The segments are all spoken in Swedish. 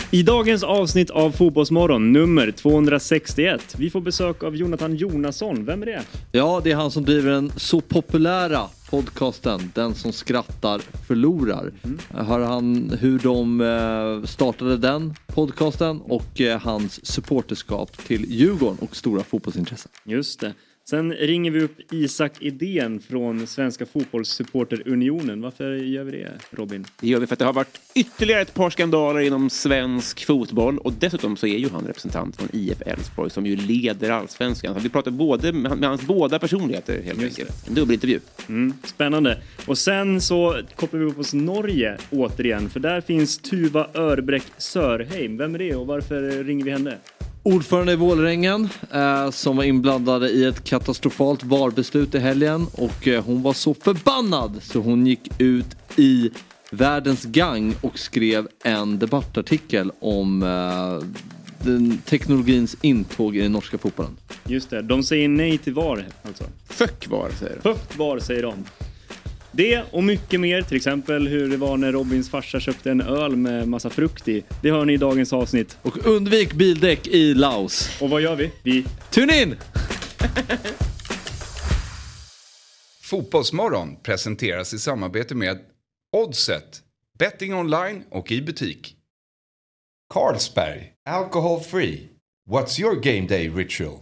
I dagens avsnitt av Fotbollsmorgon, nummer 261, vi får besök av Jonathan Jonasson. Vem är det? Ja, det är han som driver den så populära podcasten Den som skrattar förlorar. Hör han hur de startade den podcasten och hans supporterskap till Djurgården och stora fotbollsintressen. Just det. Sen ringer vi upp Isak Idén från Svenska Fotbollssupporterunionen. Varför gör vi det, Robin? Det gör vi för att det har varit ytterligare ett par skandaler inom svensk fotboll. Och dessutom så är ju han representant från IF Elfsborg som ju leder allsvenskan. Så vi pratar både med hans båda personligheter helt enkelt. En dubbelintervju. Spännande. Och sen så kopplar vi upp oss Norge återigen. För där finns Tuva Örbräck Sörheim. Vem är det och varför ringer vi henne? Ordförande i Vålerengen som var inblandade i ett katastrofalt VAR-beslut i helgen. Och hon var så förbannad så hon gick ut i Världens Gang och skrev en debattartikel om den teknologins intåg i den norska fotbollen. Just det, de säger nej till VAR alltså. Fuck VAR säger de. Fuck VAR säger de. Det och mycket mer, till exempel hur det var när Robins farsa köpte en öl med massa frukt i. Det hör ni i dagens avsnitt. Och undvik bildäck i Laos. Och vad gör vi? Vi tune in! Fotbollsmorgon presenteras i samarbete med Oddset, betting online och i butik. Carlsberg, alcohol free. What's your game day ritual?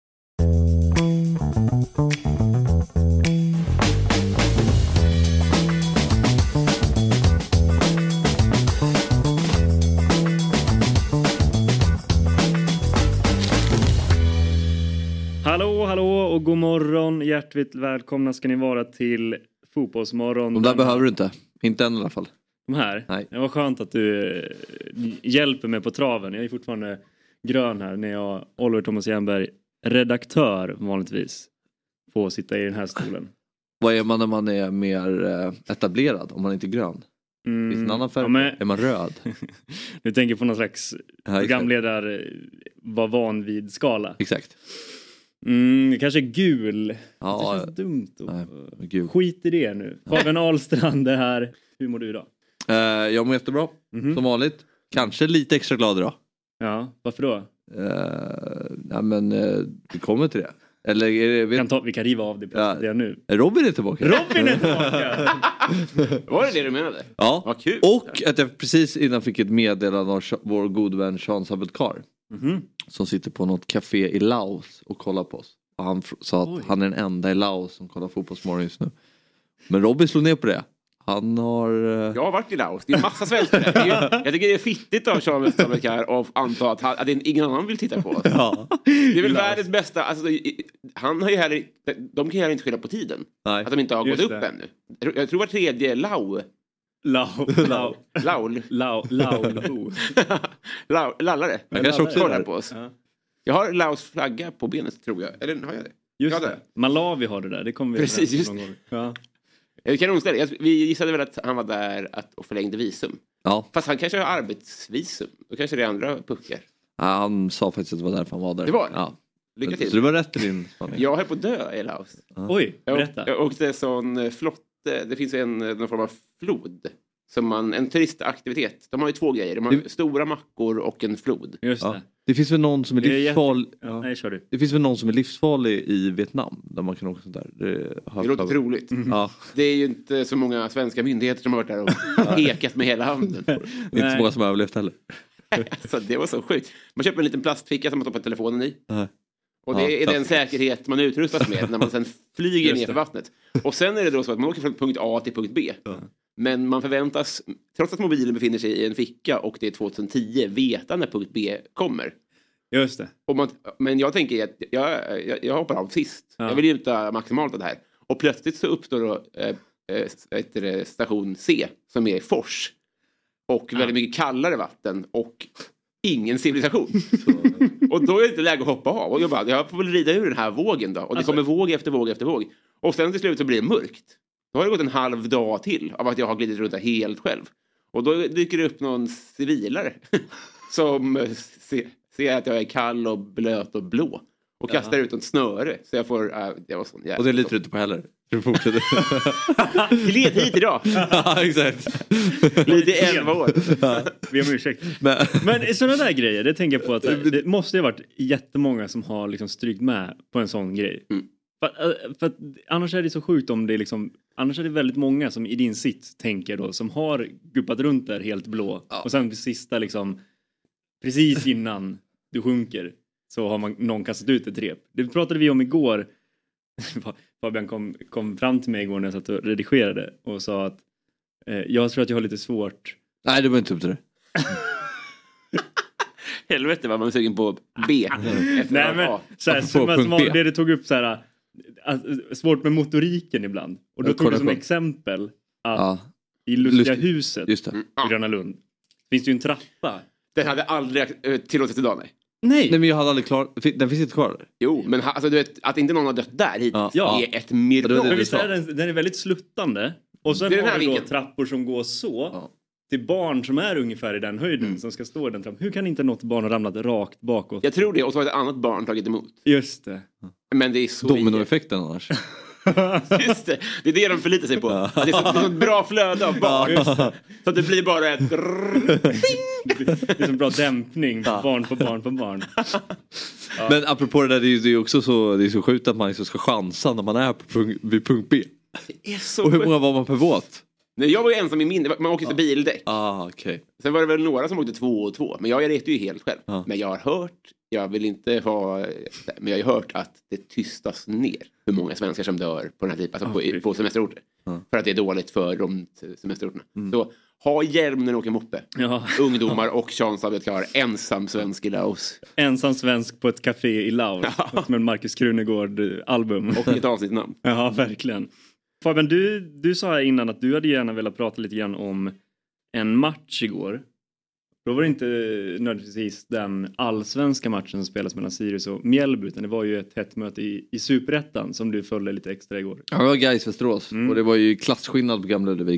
Hallå och god morgon. Hjärtligt välkomna ska ni vara till Fotbollsmorgon. De där behöver du inte än i alla fall. De här? Nej. Det var skönt att du hjälper mig på traven. Jag är fortfarande grön här när jag, Oliver Thomas Jernberg, redaktör vanligtvis, får sitta i den här stolen. Vad är man när man är mer etablerad om man inte är grön? Finns en annan färg? Ja, men... Är man röd? Du tänker på någon slags programledare var van vid skala. Exakt. Kanske gul. Ja, det känns dumt. Gul. Skit i det nu. Fabian Ahlstrand är här. Hur mår du idag? Jag mår jättebra. Som vanligt. Kanske lite extra glad idag. Ja, varför då? Vi kommer till det. Eller är det, vi kan riva av det nu. Robin är tillbaka. Robin är tillbaka! Var det du menade? Ja. Vad kul. Och att jag precis innan fick ett meddelande av vår god vän Sean Sabelkar. Som sitter på något café i Laos och kollar på oss. Och han sa att han är den enda i Laos som kollar Fotbollsmorgon just nu. Men Robin slog ner på det. Han har... Jag har varit i Laos. Det är en massa svältare. Jag tycker det är fittigt av Charles Sabelkar och anta att ingen annan vill titta på oss. Ja. Det är väl världens bästa. Alltså, han har ju heller... De kan ju heller inte skylla på tiden. Nej. Att de inte har gått upp ännu. Jag tror var tredje Lallare. Jag kanske också kollar på oss. Ja. Jag har Laos flagga på benet tror jag. Eller har jag det? Just det. Malawi har det där. Det kommer vi precis, just någon gång. Ja. Vi gissade väl att han var där och förlängde visum. Ja. Fast han kanske har arbetsvisum. Då kanske det är andra puckar. Ja, han sa faktiskt att det var därför han var där. Det var ja. Lycka till. Så det var rätt i din spaning. Jag höll på att dö i Laos. Ja. Oj, berätta. Jag åkte sån flotte. Det finns någon form av flod. En turistaktivitet. De har ju två grejer. De har stora mackor och en flod. Just det. Det finns väl någon som är livsfarlig. Nej, kör du. Det finns väl någon som är livsfarlig i Vietnam där man kan åka sånt där. Det låter troligt. Ja. Det är ju inte så många svenska myndigheter som har varit där och pekat med hela handen. Det är inte så många som har överlevt heller. Alltså, det var så sjukt. Man köper en liten plastficka som man stoppar telefonen i. Och det är den säkerhet man utrustas med när man sen flyger ner för vattnet. Och sen är det då så att man åker från punkt A till punkt B. Men man förväntas, trots att mobilen befinner sig i en ficka och det är 2010, veta när punkt B kommer. Just det. Men jag tänker att jag hoppar av sist. Ja. Jag vill ju inte ha maximalt av det här. Och plötsligt så uppstår då station C som är Fors. Och väldigt mycket kallare vatten och ingen civilisation. Och då är det inte läge att hoppa av. Och jag får väl rida ur den här vågen då. Och det kommer våg efter våg efter våg. Och sen till slut så blir det mörkt. Då har det gått en halv dag till av att jag har glidit runt där helt själv. Och då dyker det upp någon civilare som ser att jag är kall och blöt och blå. Och kastar ut ett snöre. Så jag får... det var sån jävla... Och det litar du inte på heller? Du fortsätter. Gled hit idag. Ja, exakt. Lite 11 år. Vi har ursäkt. Men sådana där grejer, det tänker jag på att det måste ju ha varit jättemånga som har liksom strykt med på en sån grej. För att annars är det så sjukt om det liksom, annars är det väldigt många som i din sitt tänker då, som har guppat runt där helt blå. Och sen vid sista liksom, precis innan du sjunker, så har någon kastat ut ett rep. Det pratade vi om igår. Fabian kom fram till mig igår när jag satt och redigerade och sa att jag tror att jag har lite svårt. Nej, det var inte upp till det. Helvete vad man är sugen på B. Nej, men såhär, det tog upp så här, svårt med motoriken ibland. Och då tog du som exempel att i Lustiga huset i Gröna Lund finns det ju en trappa. Den hade aldrig tillåtits idag, Nej, men jag hade aldrig den finns inte kvar där. Jo, men alltså, du vet, att inte någon har dött där hit är ett mirakel. Men visst är den är väldigt sluttande. Och sen har vi då trappor som går så till barn som är ungefär i den höjden som ska stå i den trappan. Hur kan inte något barn ha ramlat rakt bakåt? Jag tror det, och så har ett annat barn tagit emot. Just det. Men det är så dominoeffekten annars. Just det, det är det de förlitar sig på. Att det är så ett bra flöde av barn. Så att det blir bara ett det är så bra dämpning. Barn på barn på barn. Men apropå det där, det är ju också så, det är så sjukt att man liksom ska chansa när man är på vid punkt B. Det är så. Och hur många var man per båt? Nej, jag var ju ensam i min, man åkte till bildäck. Okay. Sen var det väl några som åkte 2 och 2. Men jag reste ju helt själv. Men jag har hört, jag vill inte ha, men jag har ju hört att det tystas ner hur många svenskar som dör på den här typen, alltså på semesterorter. För att det är dåligt för de semesterorterna. Så ha hjälm när du åker moppe. Ungdomar och chans att klara ensam svensk i Laos. Ensam svensk på ett café i Laos. Som en Marcus Krunegård-album. Och ett avsnittnamn. Ja, verkligen. Fabian, du sa innan att du hade gärna velat prata lite grann om en match igår. Då var det inte nödvändigtvis den allsvenska matchen som spelas mellan Sirius och Mjällby, utan det var ju ett hett möte i Superettan som du följde lite extra igår. Ja, det var Gais Västerås. Och det var ju klassskillnad på Gamla Ullevi.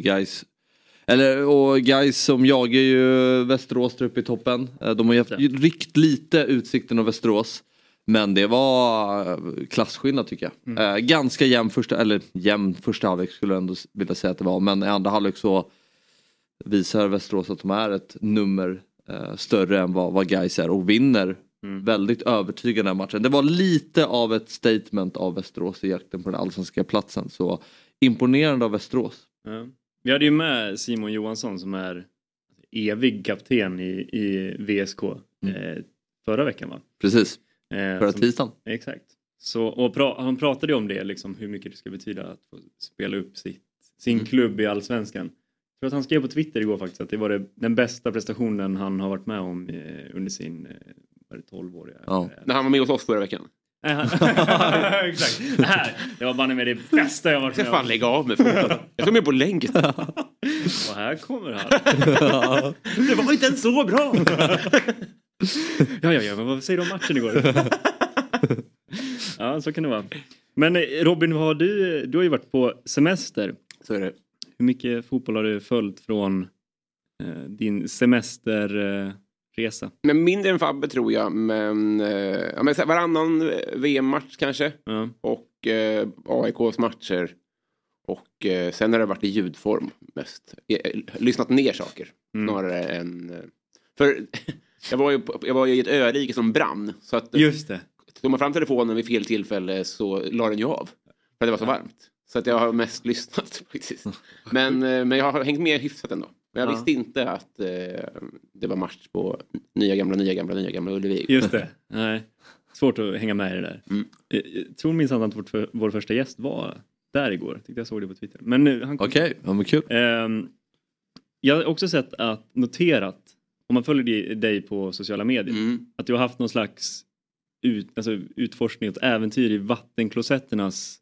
Gais som jagar ju Västerås där uppe i toppen. De har ju haft riktigt lite utsikten av Västerås. Men det var klassskillnad tycker jag. Ganska jämn första halvlek skulle jag ändå vilja säga att det var. Men i andra halvlek så visar Västerås att de är ett nummer större än vad Gais är. Och vinner väldigt övertygande matchen. Det var lite av ett statement av Västerås i jakten på den allsvenska platsen. Så imponerande av Västerås. Ja. Vi hade ju med Simon Johansson som är evig kapten i VSK förra veckan, va? Precis. Förra tisdagen. Exakt. Så, och han pratade ju om det, liksom, hur mycket det ska betyda att få spela upp sin klubb i Allsvenskan. Jag tror att han skrev på Twitter igår faktiskt att det var den bästa prestationen han har varit med om under sin 12-åriga. När han var med hos oss förra veckan. Exakt. Det var bara med det bästa jag varit med om. Jag ska fan lägga av med fotot. Jag kommer på länk. Och här kommer han. Det var inte ens så bra. Ja, men vad säger du om matchen igår? Ja, så kan det vara. Men Robin, du har ju varit på semester. Så är det. Hur mycket fotboll har du följt från din semesterresa? Men mindre än Fabbe tror jag. Men varannan VM-match kanske. Och AIKs matcher. Och sen har det varit i ljudform mest. Lyssnat ner saker. Snarare än... För jag var ju i ett örike som brann. Så att just det. Tog man fram telefonen vid fel tillfälle så la den ju av. För det var så varmt. Så att jag har mest lyssnat faktiskt. Men jag har hängt med hyfsat ändå. Men jag visste inte att det var match på nya gamla Ullevi. Just det. Nej. Svårt att hänga med i det där. Jag tror minst att vår första gäst var där igår. Jag tyckte jag såg det på Twitter. Men nu han kom. Okej, men kul. Jag har också sett noterat, om man följer dig på sociala medier, att du har haft någon slags utforskning och äventyr i vattenklosetternas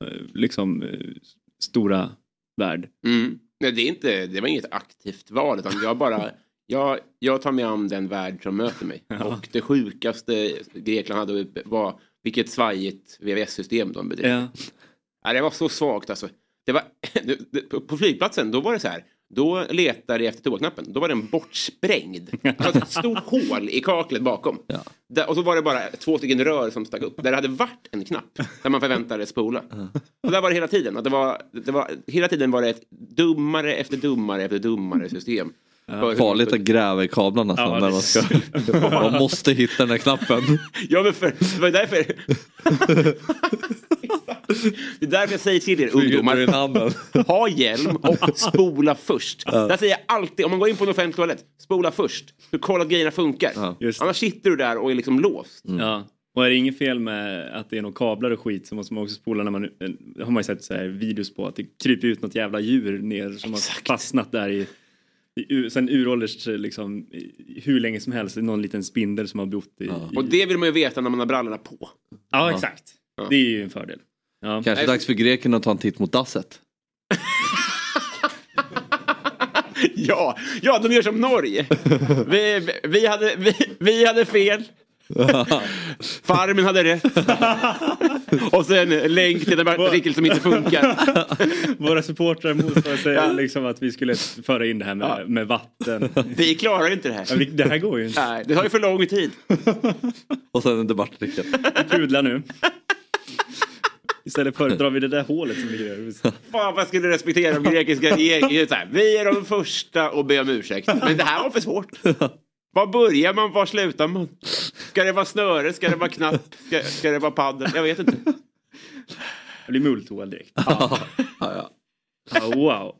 stora värld. Nej, det var inget aktivt val, utan jag tar mig om den värld som möter mig. Och det sjukaste Grekland hade var vilket svajigt VVS-system de bedrev. Ja, det var så svagt alltså. Det var på flygplatsen, då var det så här. Då letade jag efter toaknappen. Då var den bortsprängd. Det var ett stort hål i kaklet bakom. Ja. Och så var det bara 2 stycken rör som stack upp. Där det hade varit en knapp. Där man förväntade spola. Och där var det hela tiden. Att hela tiden var det ett dummare efter dummare system. Farligt att gräva i kablarna när man ska. Man måste hitta den här knappen. Ja, men det var därför. Det är därför jag säger till er ungdomar. Ha hjälm och spola först. Där säger jag alltid, om man går in på en offentlig toalett, spola först. För kolla att grejerna funkar. Annars sitter du där och är liksom låst. Ja. Och är det inget fel med att det är några kablar och skit, så måste man också spola när man, har man ju sett så här videos på att det kryper ut något jävla djur ner som har fastnat där i sen urålders liksom hur länge som helst. Någon liten spindel som har bott i. Och det vill man ju veta när man har brallorna på. Ja, exakt. Det är ju en fördel. Ja. Kanske dags för greken att ta en titt mot dasset. Ja, de gör som Norge. Vi hade fel. Farmen hade rätt. Och sen länk till den artikel som inte funkar. Våra supportrar måste säga liksom att vi skulle föra in det här med vatten. Vi klarar inte det här. Det här går ju inte. Nej, det tar ju för lång tid. Och sen en debattartikel. Pudla nu. Istället föredrar vi det där hålet som ligger där. Fan, vad skulle respektera de grekiska regeringen? Vi är de första att be om ursäkt. Men det här var för svårt. Var börjar man? Var slutar man? Ska det vara snöre? Ska det vara knapp? Ska det vara paddel? Jag vet inte. Det blir multoa direkt. Wow.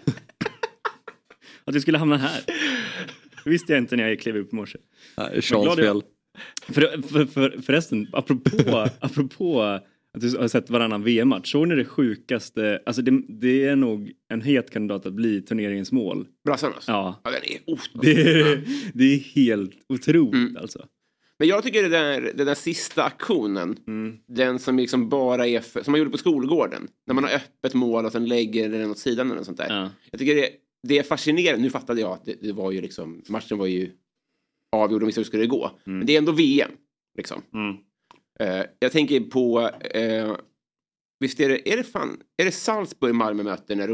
Att vi skulle hamna här. Det visste jag inte när jag klev upp i morse. Charles-spel. Förresten, apropå att du har sett varannan VM-match. Så är det sjukaste. Alltså det är nog en het kandidat att bli turneringens mål. Brassarnas? Ja. Den är det är helt otroligt alltså. Men jag tycker den där sista aktionen, den som liksom bara är som man gjorde på skolgården, när man har öppet mål och sen lägger den åt sidan eller sånt där. Ja. Jag tycker det är fascinerande. Nu fattade jag att det var ju liksom, matchen var ju avgjord om hur skulle det gå. Men det är ändå VM liksom. Jag tänker på visst är det Salzburg Malmö möter när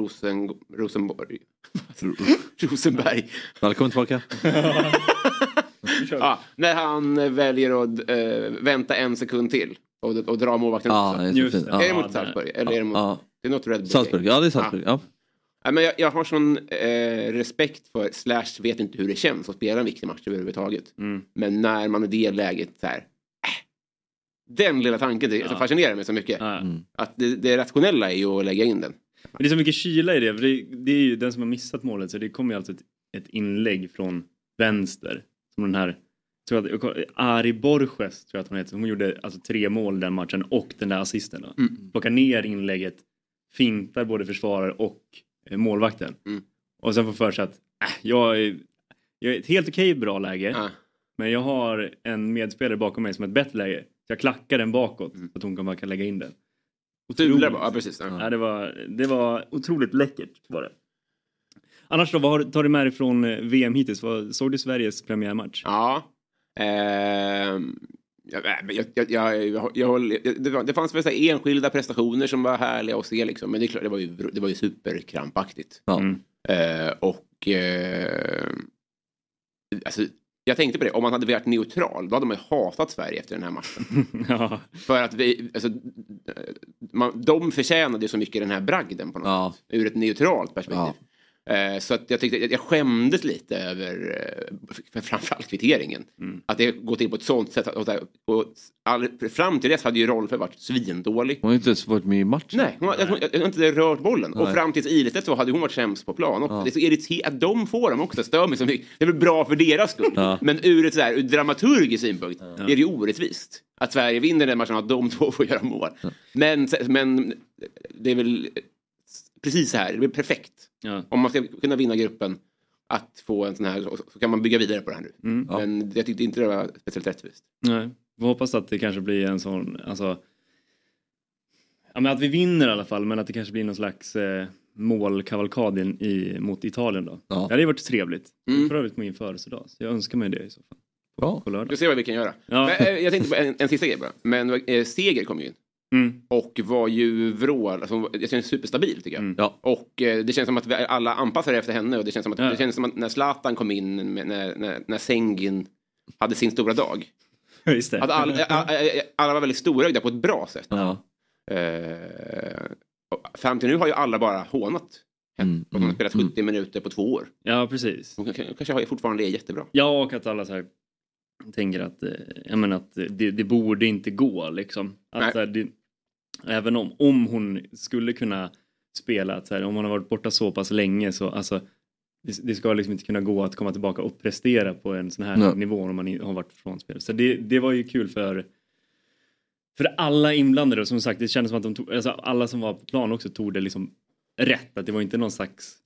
Rosenberg. Välkommen tillbaka. När han väljer att vänta en sekund till och dra målvakten. Är det mot Salzburg? Eller är det mot det är något Red Bull? Salzburg, ja det är Salzburg. Ja. Men jag har sån respekt för / vet inte hur det känns att spela en viktig match överhuvudtaget. Men när man är det läget så här, den lilla tanken som fascinerar mig så mycket. Att det rationella är ju att lägga in den. Men det är så mycket kyla i det. För det är ju den som har missat målet. Så det kommer ju alltså ett inlägg från vänster. Som den här, tror jag, Ari Borges tror jag att hon heter. Hon gjorde alltså 3 mål den matchen och den där assisten. Plockar ner inlägget. Fintar både försvarare och målvakten. Och sen får för sig att jag är ett helt okej bra läge. Men jag har en medspelare bakom mig som är ett bättre läge. Så jag klackar den bakåt så att hon kan lägga in den. Precis. Ja, det var otroligt läckert var det. Annars då, vad tar du med dig från VM hittills? Såg du Sveriges premiärmatch? Ja. Det fanns väl så här enskilda prestationer som var härliga att se liksom. Men det är klart, det var ju superkrampaktigt. Alltså, jag tänkte på det, om man hade varit neutral då hade man ju hatat Sverige efter den här matchen. För att de förtjänade så mycket den här bragden på något sätt, ur ett neutralt perspektiv. Så att jag tyckte jag skämdes lite över framförallt kvitteringen. Att det går till på ett sånt sätt och fram till dess hade ju Rolfö varit svindålig. Hon har inte ens varit med i matchen. Nej, hon har inte rört bollen. Och fram till Ilestedt så hade hon varit sämst på plan. Och det är så irriterande att de får dem också, stör mig så mycket. Det är väl bra för deras skull. Men ur dramaturgisk synpunkt är det ju orättvist att Sverige vinner den matchen och att de 2 får göra mål. Men det är väl precis så här, det blir perfekt. Om man ska kunna vinna gruppen, att få en sån här, så kan man bygga vidare på det här nu. Men jag tyckte inte det var speciellt rättvist. Nej, vi hoppas att det kanske blir en sån, alltså, men att vi vinner i alla fall, men att det kanske blir någon slags målkavalkad mot Italien då. Ja, det hade varit trevligt. För övrigt min födelsedag, så jag önskar mig det i så fall. Bra. Vi får se vad vi kan göra. Men, jag tänkte på en sista grej bara. Men seger kom ju in. Och var ju alltså, det känns superstabil tycker jag. Ja. Och det känns som att alla anpassar efter henne. Och det känns som att när Zlatan kom in, när Sengin hade sin stora dag. Just det. Att alla var väldigt storögda på ett bra sätt. Ja. Fram till nu har ju alla bara hånat. Och de har spelat 70 minuter på 2 år. Ja, precis. De kanske fortfarande är jättebra. Ja, och att alla så här tänker att, att det borde inte gå liksom. Att, så här, även om hon skulle kunna spela, att, så här, om hon har varit borta så pass länge så alltså, det ska liksom inte kunna gå att komma tillbaka och prestera på en sån här nivå om man har varit från spel. Så det var ju kul för alla inblandade. Och som sagt, det kändes som att de tog, alltså, alla som var på plan också tog det liksom rätt. Att det var inte någon slags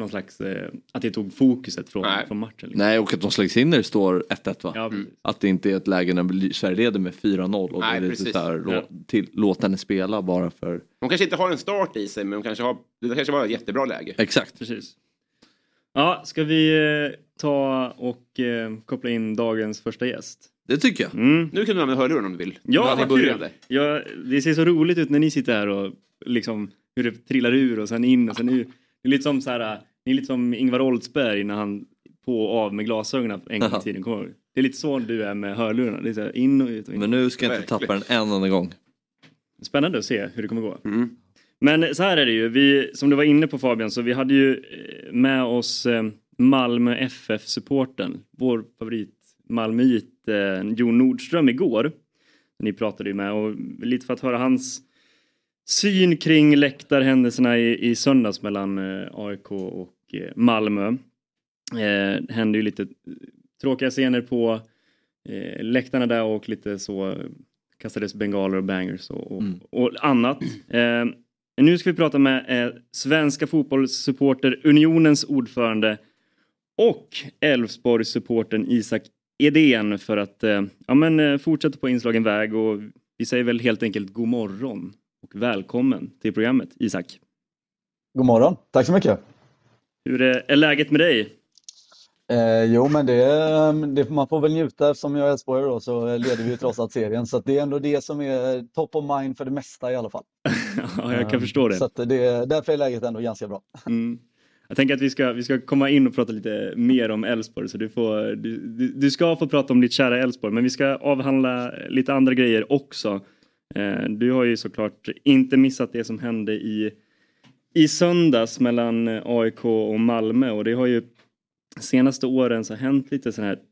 att det tog fokuset från matchen. Liksom. Nej, och att de slags in när det står 1-1 va? Ja, att det inte är ett läge när Sverige leder med 4-0 och det är lite så här, låt henne spela bara för... De kanske inte har en start i sig, men det kanske var ett jättebra läge. Exakt. Precis. Ja, ska vi ta och koppla in dagens första gäst? Det tycker jag. Nu kan du ha med hörluren om du vill. Ja, vad kul. Ja, det ser så roligt ut när ni sitter här och liksom hur det trillar ur och sen in och sen ur. Det är lite som så här, ni är lite som Ingvar Oldsberg när han på och av med glasögonen en gång i tiden. Det är lite så du är med hörlurarna. Det är så här, in och ut och in. Men nu ska jag inte tappa den en enda gång. Spännande att se hur det kommer gå. Men så här är det ju. Som du var inne på Fabian, så vi hade ju med oss Malmö FF-supporten. Vår favorit Malmöit Jon Nordström igår. Ni pratade ju med. Och lite för att höra hans syn kring läktarhändelserna i söndags mellan AIK och Malmö. Hände ju lite tråkiga scener på läktarna där och lite så kastades bengaler och bangers och annat. Nu ska vi prata med Svenska fotbollssupporter Unionens ordförande och Elfsborgssupporten Isak Edén för att fortsätta på inslagen väg, och vi säger väl helt enkelt god morgon och välkommen till programmet, Isak. God morgon, tack så mycket. Hur är läget med dig? Jo, men det man får väl njuta, eftersom jag är Elfsborgare då, så leder vi ju trots allt serien. Så att det är ändå det som är top of mind för det mesta i alla fall. Ja, jag kan förstå det. Så att därför är läget ändå ganska bra. Jag tänker att vi ska komma in och prata lite mer om Elfsborg, så du ska få prata om ditt kära Elfsborg, men vi ska avhandla lite andra grejer också. Du har ju såklart inte missat det som hände i söndags mellan AIK och Malmö, och det har ju senaste åren så hänt lite sådana här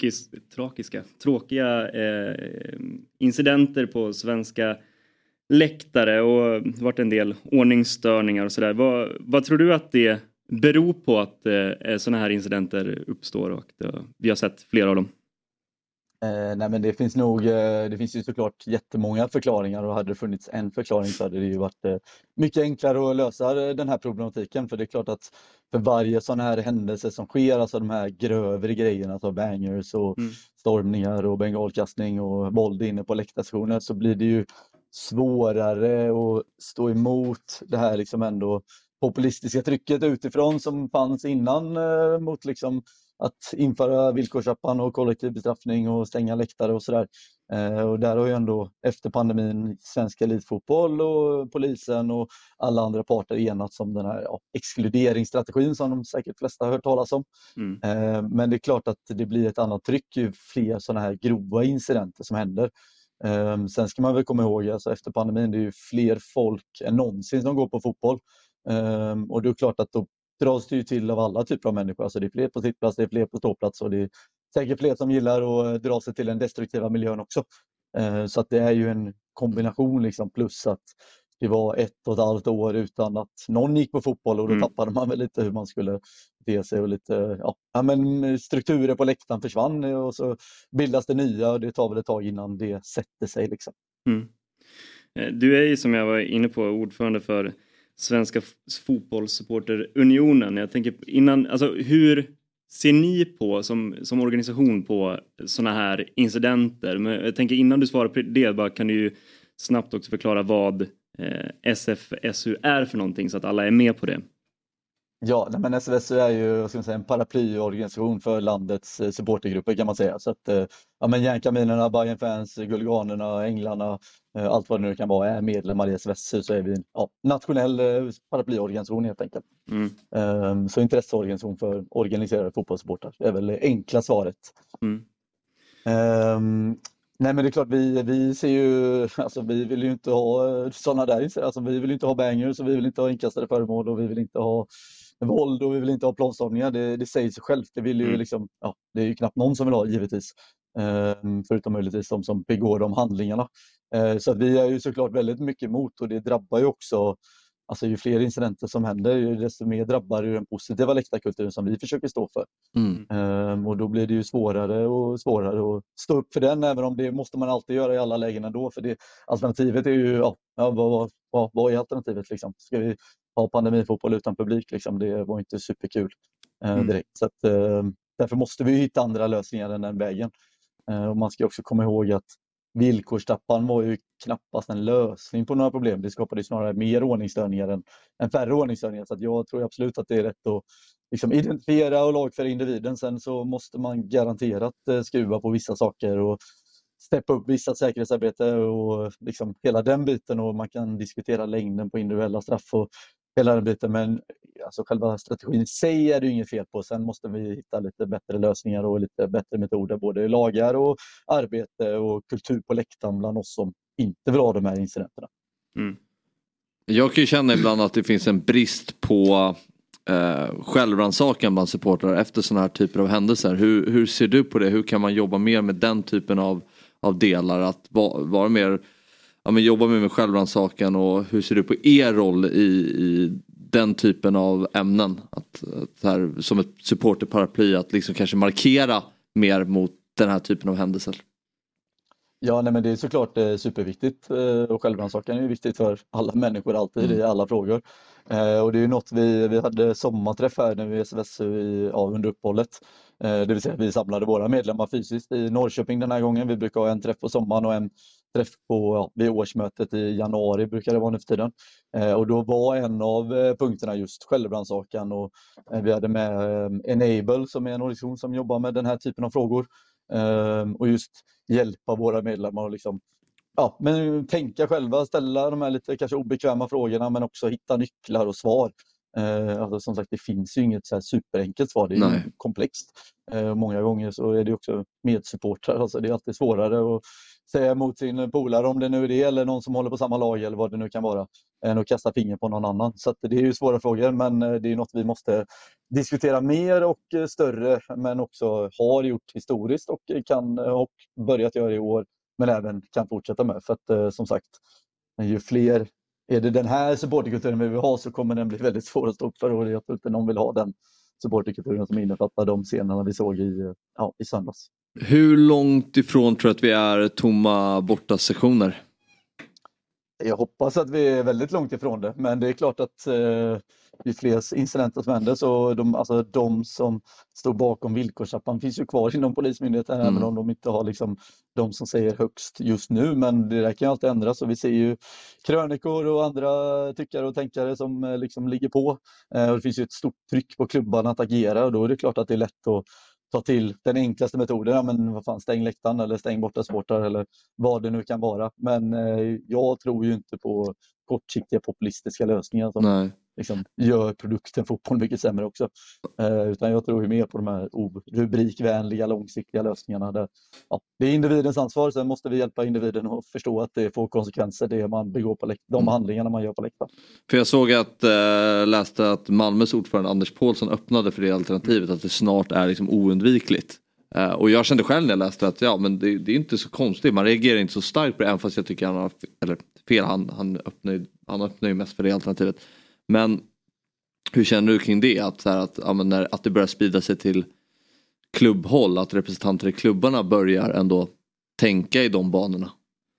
tråkiga incidenter på svenska läktare och varit en del ordningsstörningar och sådär. Vad tror du att det beror på att sådana här incidenter uppstår, och vi har sett flera av dem? Nej, men det finns ju såklart jättemånga förklaringar, och hade det funnits en förklaring så hade det ju varit mycket enklare att lösa den här problematiken. För det är klart att för varje sån här händelse som sker, alltså de här grövre grejerna, alltså bangers och stormningar och bengalkastning och våld inne på läktarstationer, så blir det ju svårare att stå emot det här liksom ändå populistiska trycket utifrån som fanns innan mot liksom att införa villkorstrappan och kollektiv bestraffning och stänga läktare och sådär. Och där har ju ändå efter pandemin svensk elitfotboll och polisen och alla andra parter enats om den här exkluderingsstrategin som de säkert flesta har hört talas om. Men det är klart att det blir ett annat tryck ju fler sådana här grova incidenter som händer. Sen ska man väl komma ihåg, alltså efter pandemin, det är ju fler folk än någonsin som går på fotboll. Och det är klart att då dras det ju till av alla typer av människor. Alltså det är fler på sittplats, det är fler på ståplats, och det är säkert fler som gillar att dra sig till den destruktiva miljön också. Så att det är ju en kombination liksom, plus att det var 1,5 år utan att någon gick på fotboll, och då tappade man väl lite hur man skulle bete sig, och lite men strukturer på läktaren försvann och så bildas det nya, och det tar väl ett tag innan det sätter sig liksom. Du är ju, som jag var inne på, ordförande för Svenska fotbollssupporterunionen. Jag tänker innan, alltså hur ser ni på som organisation på såna här incidenter? Men jag tänker innan du svarar på det, bara kan du ju snabbt också förklara vad SFSU är för någonting, så att alla är med på det. Ja, nej, men SVS är ju, vad ska man säga, en paraplyorganisation för landets supportergrupper kan man säga. Så att ja, men Järnkaminerna, Bayern Fans, Guldganerna, Änglarna, allt vad det nu kan vara är medlemmar i SVS, så är vi en nationell paraplyorganisation helt enkelt. Så intresseorganisation för organiserade fotbollssupportrar är väl det enkla svaret. Nej, men det är klart, vi ser ju, alltså vi vill ju inte ha sådana där, alltså vi vill inte ha bangers och vi vill inte ha inkastade föremål och vi vill inte ha våld och vi vill inte ha planstavningar. Det säger sig självt. Det vill ju liksom, det är ju knappt någon som vill ha, givetvis. Förutom möjligtvis de som begår de handlingarna. Så att vi är ju såklart väldigt mycket emot, och det drabbar ju också, alltså ju fler incidenter som händer, desto mer drabbar ju den positiva läktarkulturen som vi försöker stå för. Och då blir det ju svårare och svårare att stå upp för den, även om det måste man alltid göra i alla lägen ändå. För det, alternativet är ju, vad är alternativet liksom? Ska vi ha pandemifotboll utan publik liksom? Det var inte superkul direkt. Så att, därför måste vi hitta andra lösningar än den vägen. Och man ska också komma ihåg att villkorstappan var ju knappast en lösning på några problem. Det skapade snarare mer ordningsstörningar än färre ordningsstörningar. Så att jag tror absolut att det är rätt att liksom identifiera och lagföra individen. Sen så måste man garanterat skruva på vissa saker och steppa upp vissa säkerhetsarbete och liksom hela den biten. Och man kan diskutera längden på individuella straff och hela den biten. Men alltså själva strategin i sig är det ju inget fel på. Sen måste vi hitta lite bättre lösningar och lite bättre metoder. Både lagar och arbete och kultur på läktaren bland oss som inte vill ha de här incidenterna. Jag kan ju känna ibland att det finns en brist på självrannsakan bland supportrar efter sådana här typer av händelser. Hur ser du på det? Hur kan man jobba mer med den typen av delar? Att vara mer, jobba mer med självrannsakan, och hur ser du på er roll i den typen av ämnen? Att här, som ett supporterparaply, att liksom kanske markera mer mot den här typen av händelser? Ja, nej, men det är såklart superviktigt, och självrannsakan är ju viktigt för alla människor alltid i alla frågor. Och det är ju något vi hade sommarträff här nu i SVS under uppehållet. Det vill säga vi samlade våra medlemmar fysiskt i Norrköping den här gången. Vi brukar ha en träff på sommaren och en träff vid årsmötet i januari brukar det vara nu för tiden. Och då var en av punkterna just självrannsakan, och vi hade med Enable som är en organisation som jobbar med den här typen av frågor. Och just hjälpa våra medlemmar och liksom, men tänka själva, ställa de här lite kanske obekväma frågorna, men också hitta nycklar och svar. Alltså, som sagt, det finns ju inget så här superenkelt svar, det är ju komplext. Många gånger så är det också medsupportrar, alltså det är alltid svårare att säga emot sin polare, om det nu är det eller någon som håller på samma lag eller vad det nu kan vara, än att kasta finger på någon annan. Så att det är ju svåra frågor, men det är något vi måste diskutera mer och större, men också har gjort historiskt och börjat göra i år, men även kan fortsätta med. För att som sagt, ju fler är det den här supporterkulturen vi vill ha, så kommer den bli väldigt svår att stå upp för, och jag tror inte någon vill ha den supporterkulturen som innefattar de scenerna vi såg i söndags. Hur långt ifrån tror du att vi är tomma borta sektioner? Jag hoppas att vi är väldigt långt ifrån det, men det är klart att ju fler incidenter som händer, så de som står bakom villkorstrappan finns ju kvar inom polismyndigheten, även om de inte har liksom de som säger högst just nu, men det där kan ju alltid ändras, och vi ser ju krönikor och andra tyckare och tänkare som liksom ligger på, och det finns ju ett stort tryck på klubbarna att agera, och då är det klart att det är lätt att ta till den enklaste metoden, men vad fan, stäng läktaren eller stäng borta supportrar eller vad det nu kan vara. Men jag tror ju inte på kortsiktiga populistiska lösningar som liksom gör produkten fotboll mycket sämre också. Utan jag tror ju mer på de här rubrikvänliga långsiktiga lösningarna där det är individens ansvar. Sen måste vi hjälpa individen att förstå att det får konsekvenser, det man begår på de handlingarna man gör på läktaren. För jag såg läste att Malmös ordförande Anders Paulsson öppnade för det alternativet, att det snart är liksom oundvikligt. Och jag kände själv när jag läste att men det är inte så konstigt, man reagerar inte så starkt på det, även fast jag tycker han har fel, han öppnar ju mest för det alternativet. Men hur känner du kring det? Att det börjar sprida sig till klubbhåll, att representanter i klubbarna börjar ändå tänka i de banorna?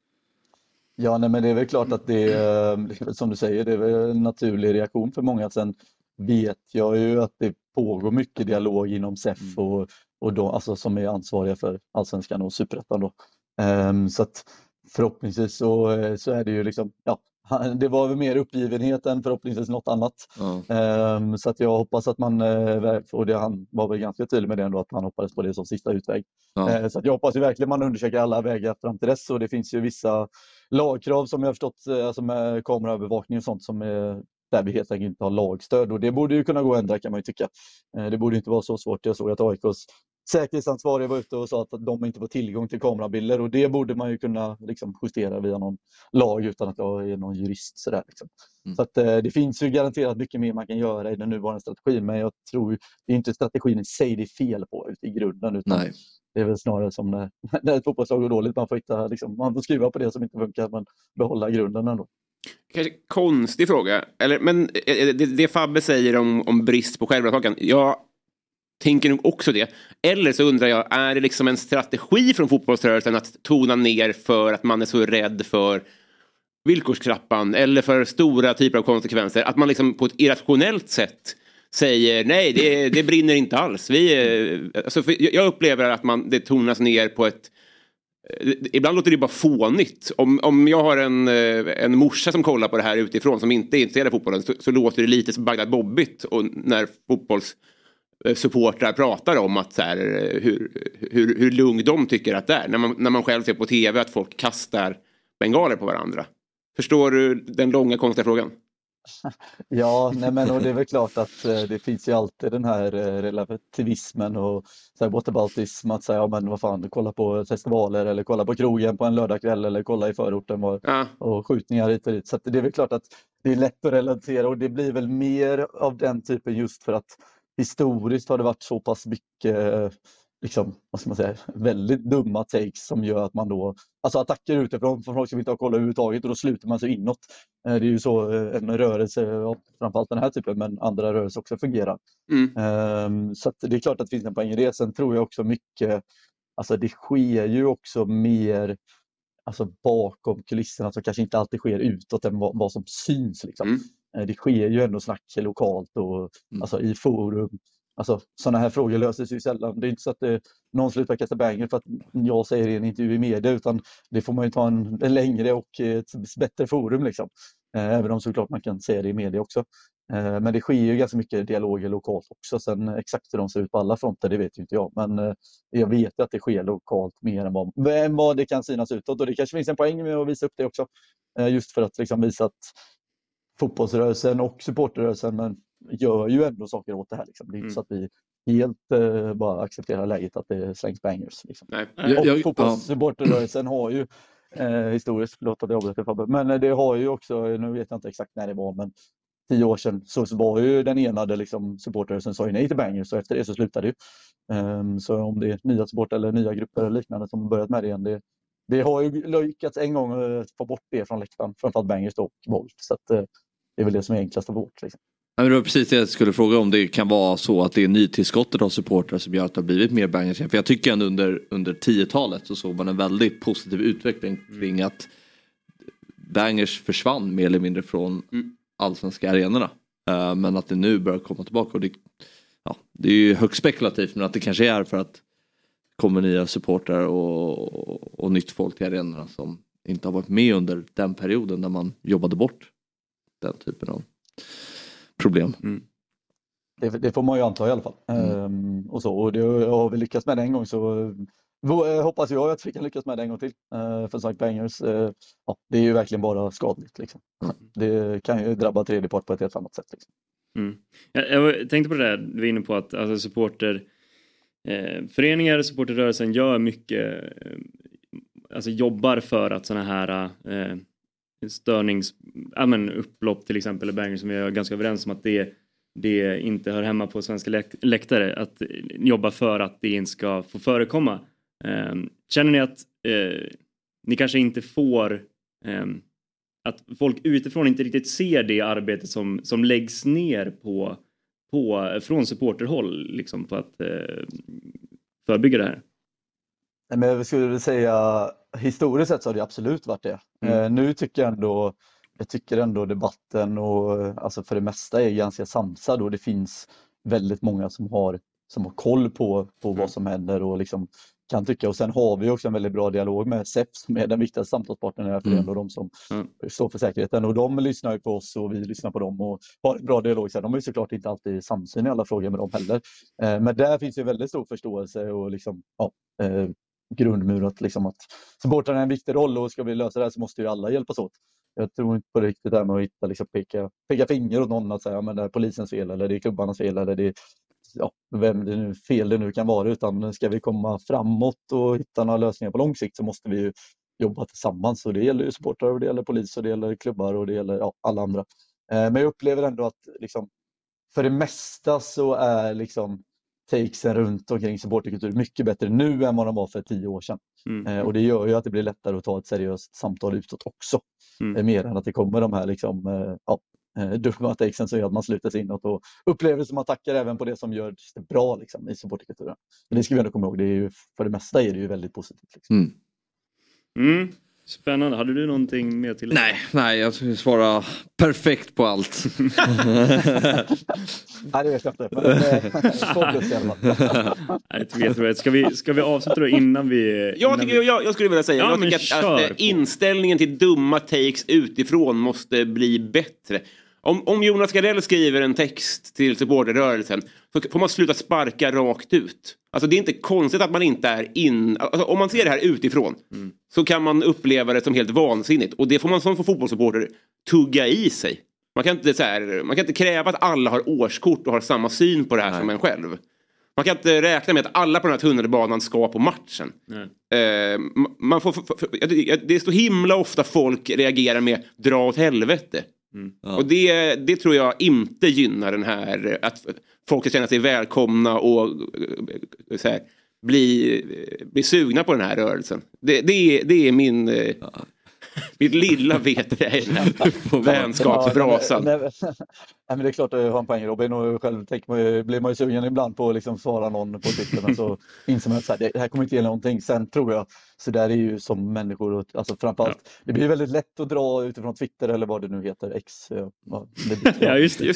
Ja, nej, men det är väl klart att det är, som du säger, det är väl en naturlig reaktion för många. Sen vet jag ju att det pågår mycket dialog inom SEF och de, alltså, som är ansvariga för Allsvenskan och Superettan då. Så att förhoppningsvis så är det ju liksom, det var väl mer uppgivenhet än förhoppningsvis något annat. Så att jag hoppas att man, och han var väl ganska tydlig med det ändå, att han hoppades på det som sista utväg. Så att jag hoppas ju verkligen man undersöker alla vägar fram till dess, och det finns ju vissa lagkrav som jag har förstått, alltså med kameraövervakning och sånt, som är där vi helt enkelt inte har lagstöd, och det borde ju kunna gå att ändra, kan man ju tycka. Det borde inte vara så svårt. Jag såg att AIKs säkerhetsansvarig var ute och sa att de inte får tillgång till kamerabilder, och det borde man ju kunna liksom justera via någon lag utan att jag är någon jurist sådär liksom. Så att det finns ju garanterat mycket mer man kan göra i den nuvarande strategin, men jag tror det är inte strategin i sig det är fel på ut i grunden, utan det är väl snarare som när ett fotbollslag går dåligt, man får hitta, liksom, man får skruva på det som inte funkar, men behålla grunden ändå. Kanske konstig fråga, men det Fabbe säger om brist på självrannsakan, jag tänker nog också det. Eller så undrar jag, är det liksom en strategi från fotbollsrörelsen att tona ner för att man är så rädd för villkorstrappan eller för stora typer av konsekvenser, att man liksom på ett irrationellt sätt säger nej, det brinner inte alls. Jag upplever att det tonas ner på ett, ibland låter det bara fånigt. Om jag har en morsa som kollar på det här utifrån, som inte är intresserad av fotbollen, så låter det lite som Bagdad Bobbigt, och när fotbollssupportrar pratar om att så här, hur lugn de tycker att det är när man själv ser på tv att folk kastar bengaler på varandra. Förstår du den långa konstiga frågan? Ja, nej, men och det är väl klart att det finns ju alltid den här relativismen och whataboutism, att säga, ja, men vad fan, kolla på festivaler eller kolla på krogen på en lördagkväll eller kolla i förorten och skjutningar hit och dit. Så att det är väl klart att det är lätt att relatera, och det blir väl mer av den typen just för att historiskt har det varit så pass mycket liksom, vad ska man säga, väldigt dumma takes som gör att man då, alltså attacker utifrån från folk som inte har kollat överhuvudtaget, och då sluter man sig inåt. Det är ju så en rörelse, framförallt den här typen, men andra rörelser också fungerar. Så att det är klart att det finns en poäng i det. Sen tror jag också mycket, alltså det sker ju också mer alltså bakom kulisserna, som kanske inte alltid sker utåt än vad som syns liksom. Det sker ju ändå snack lokalt och alltså i forum. Alltså sådana här frågor löses ju sällan. Det är inte så att någon slutar kasta banger för att jag säger i en intervju i media, utan det får man ju ta en längre och ett bättre forum liksom. Även om såklart man kan säga det i media också. Men det sker ju ganska mycket dialoger lokalt också. Sen exakt hur de ser ut på alla fronter, det vet ju inte jag. Men jag vet att det sker lokalt mer än vad det kan synas utåt. Och det kanske finns en poäng med att visa upp det också. Just för att liksom visa att fotbollsrörelsen och supporterrörelsen gör ju ändå saker åt det här. Liksom. Det är inte så att vi helt bara accepterar läget att det slängs bangers. Liksom. Och fotbollssupporterrörelsen har ju historiskt, förlåt att jag avbryter Fabbe, men det har ju också, nu vet jag inte exakt när det var, men 10 år sedan så var ju den enade liksom, supporterrörelsen sa ju nej till bangers, och efter det så slutade det ju. Så om det är nya support eller nya grupper eller liknande som har börjat med det igen, det har ju lyckats en gång få bort det från läktaren, framförallt bangers och våld. Så att, det är väl det som är enklast att få bort. Liksom. Ja, det var precis det jag skulle fråga, om det kan vara så att det är nytillskottet av supportrar som gör att det har blivit mer bangers. För jag tycker att under 10-talet så såg man en väldigt positiv utveckling kring att bangers försvann mer eller mindre från allsvenska arenorna. Men att det nu börjar komma tillbaka. Och det är ju högst spekulativt, men att det kanske är för att kommer nya supportrar och nytt folk till arenorna som inte har varit med under den perioden när man jobbade bort den typen av problem. Det får man ju anta i alla fall. Och så, och det har vi lyckats med det en gång, så hoppas jag att vi kan lyckas med det en gång till. För sagt bangers, det är ju verkligen bara skadligt. Liksom. Det kan ju drabba tredje part på ett helt annat sätt. Liksom. Jag tänkte på det där, du var inne på att alltså, föreningar, supporterrörelsen gör mycket, alltså jobbar för att såna här upplopp till exempel, eller bangers, som vi är ganska överens om att det inte hör hemma på svenska läktare, att jobba för att det inte ska få förekomma. Känner ni att ni kanske inte får att folk utifrån inte riktigt ser det arbetet som läggs ner från supporterhåll liksom, på att förebygga det här? Men jag skulle säga historiskt sett så har det absolut varit det. Nu tycker jag ändå debatten och alltså för det mesta är ganska samsad, och det finns väldigt många som har koll på vad som händer och liksom kan tycka. Och sen har vi också en väldigt bra dialog med SEF som är den viktigaste samtalspartnern här för det och de som står för säkerheten. Och de lyssnar ju på oss och vi lyssnar på dem och har en bra dialog. Så de är ju såklart inte alltid samsyn i alla frågor med dem heller. Men där finns ju väldigt stor förståelse och liksom, grundmurat liksom att supportrarna är en viktig roll och ska vi lösa det här så måste ju alla hjälpas åt. Jag tror inte på riktigt där med att hitta, liksom, peka finger åt någon att säga men det är polisens fel eller det är klubbarnas fel eller det är vem det nu fel det nu kan vara, utan ska vi komma framåt och hitta några lösningar på lång sikt så måste vi ju jobba tillsammans och det gäller ju supportrar och det gäller polis och det gäller klubbar och det gäller alla andra. Men jag upplever ändå att liksom, för det mesta så är liksom takesen runt omkring supporterkultur mycket bättre nu än vad de var för 10 år sedan. Och det gör ju att det blir lättare att ta ett seriöst samtal utåt också. Mer än att det kommer de här liksom, dumma takesen som gör att man slutar sig inåt och upplever som attacker även på det som gör det bra liksom, i supporterkulturen. Men det ska vi ändå komma ihåg, det är ju, för det mesta är det ju väldigt positivt. Liksom. Spännande. Hade du någonting mer till? Nej, jag skulle svara perfekt på allt. Nej, det vet jag inte. Ska vi avsluta då innan vi... Jag skulle vilja säga jag tycker att inställningen till dumma takes utifrån måste bli bättre. Om Jonas Gardell skriver en text till supporterrörelsen så får man sluta sparka rakt ut. Alltså det är inte konstigt att man inte är alltså, om man ser det här utifrån så kan man uppleva det som helt vansinnigt. Och det får man som fotbollssupporter tugga i sig. Man kan inte kräva att alla har årskort och har samma syn på det här som en själv. Man kan inte räkna med att alla på den här tunnelbanan ska på matchen. Man det är så himla ofta folk reagerar med dra åt helvete. Och det tror jag inte gynnar den här att folk ska känna sig välkomna och så här, bli sugna på den här rörelsen. Det är mitt lilla vete i den här vänskapsbrasan. Men det är klart att jag har en poäng, Robin, och själv blir man ju sugen ibland på att liksom svara någon på Twitter, men så inser man att det här kommer inte ge någonting. Sen tror jag, så där är ju som människor, alltså framförallt, det blir väldigt lätt att dra utifrån Twitter eller vad det nu heter, X. Just det.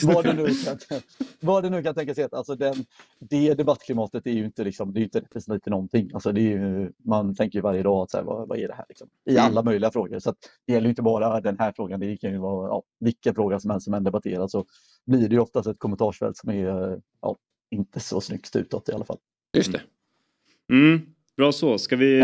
Vad det nu kan tänkas heta. Alltså det debattklimatet är ju inte liksom, det är ju inte representativt till någonting. Alltså det är ju, man tänker ju varje dag att så här, vad är det här liksom? I alla möjliga frågor. Så att det gäller ju inte bara den här frågan, det kan ju vara vilken fråga som helst som debatteras, så blir det ju oftast ett kommentarsfält som är inte så snyggt utåt i alla fall. Just det. Bra så, ska vi...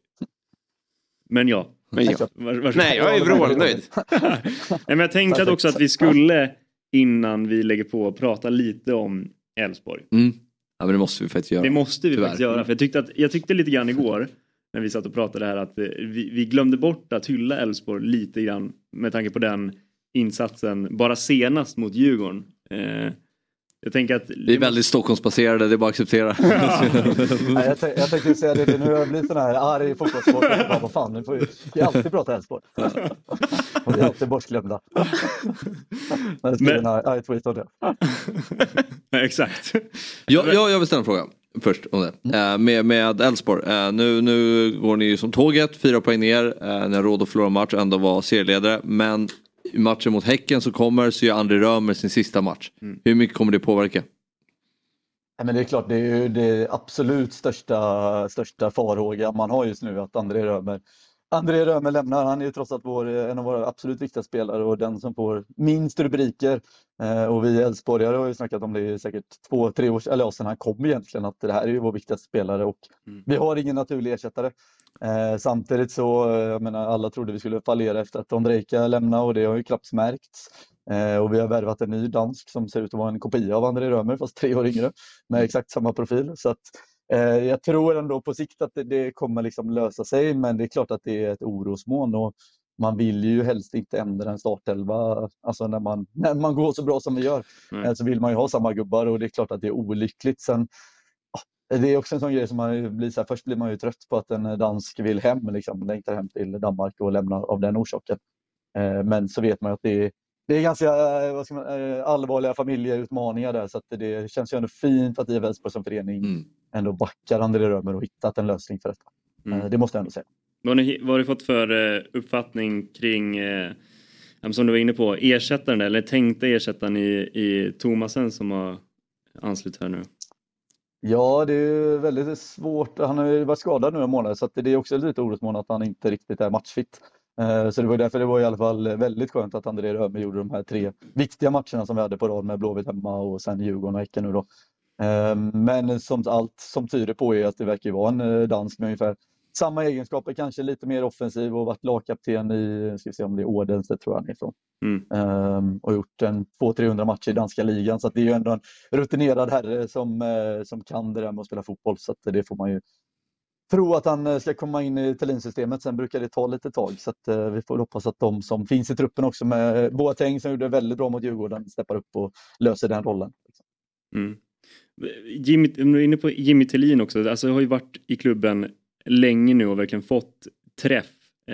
Men ja. Nej, jag är vrålnöjd. Men jag tänkte också att vi skulle, innan vi lägger på, prata lite om Elfsborg. Ja, men det måste vi faktiskt göra. Det måste vi faktiskt göra. För jag tyckte lite grann igår när vi satt och pratade här att vi glömde bort att hylla Elfsborg lite grann med tanke på den insatsen bara senast mot Djurgården. Jag tänker att vi är väldigt Stockholmsbaserade, det är bara att acceptera. Jag tänkte säga det nu, jag blir sån här arg fotbollssport. Vad fan, nu får vi alltid prata Elfsborg. Och vi är alltid bortglömda. Men det skulle en arg tweet om det. Exakt. Jag vill ställa en fråga först om det. Med Elfsborg. Nu går ni ju som tåget, 4 poäng ner. Ni har råd att förlora match och ändå vara serieledare. Men i matchen mot Häcken så gör André Römer sin sista match. Hur mycket kommer det påverka? Men det är klart, det är ju det absolut största farhåga man har just nu, att André Römer lämnar. Han är ju trots allt en av våra absolut viktigaste spelare och den som får minst rubriker. Och vi Elfsborgare har ju snackat om det säkert 2-3 år sedan han kom egentligen, att det här är ju vår viktigaste spelare och vi har ingen naturlig ersättare. Samtidigt så, jag menar, alla trodde vi skulle fallera efter att Ondrejka lämnade och det har ju knappt märkts. Och vi har värvat en ny dansk som ser ut att vara en kopia av André Römer, fast 3 år yngre, med exakt samma profil. Så att jag tror ändå på sikt att det kommer liksom lösa sig, men det är klart att det är ett orosmoln och man vill ju helst inte ändra en startelva. Alltså när man går så bra som vi gör så vill man ju ha samma gubbar och det är klart att det är olyckligt. Sen det är också en sån grej som man blir så här, först blir man ju trött på att en dansk vill hem, liksom längtar hem till Danmark och lämnar av den orsaken. Men så vet man ju att det är ganska allvarliga familjeutmaningar där, så att det känns ju ändå fint att IF Elfsborg som förening ändå backar André Römer och hittat en lösning för detta. Det måste jag ändå säga. Vad har du fått för uppfattning kring, som du var inne på, ersättaren eller tänkte ersättaren i Thomasen som har anslutit här nu? Ja, det är väldigt svårt. Han har ju varit skadad nu en månad så att det är också lite orosmoln att han inte riktigt är matchfit. Så det var därför det var i alla fall väldigt skönt att André Römer gjorde de här 3 viktiga matcherna som vi hade på rad med Blåvitt hemma och sen Djurgården och Häcken nu då. Men som allt som tyder på är att det verkar vara en dansk med ungefär samma egenskaper, kanske lite mer offensiv och varit lagkapten i, ska vi se om det är Odense tror jag han är ifrån. Och gjort 200-300 matcher i danska ligan så att det är ju ändå en rutinerad herre som kan det där med att spela fotboll så att det får man ju tro att han ska komma in i Thelin-systemet. Sen brukar det ta lite tag så att vi får hoppas att de som finns i truppen också med Boateng som gjorde väldigt bra mot Djurgården steppar upp och löser den rollen. Jimmy, du är inne på Jimmy Thelin också. Alltså jag har ju varit i klubben länge nu och verkligen fått träff.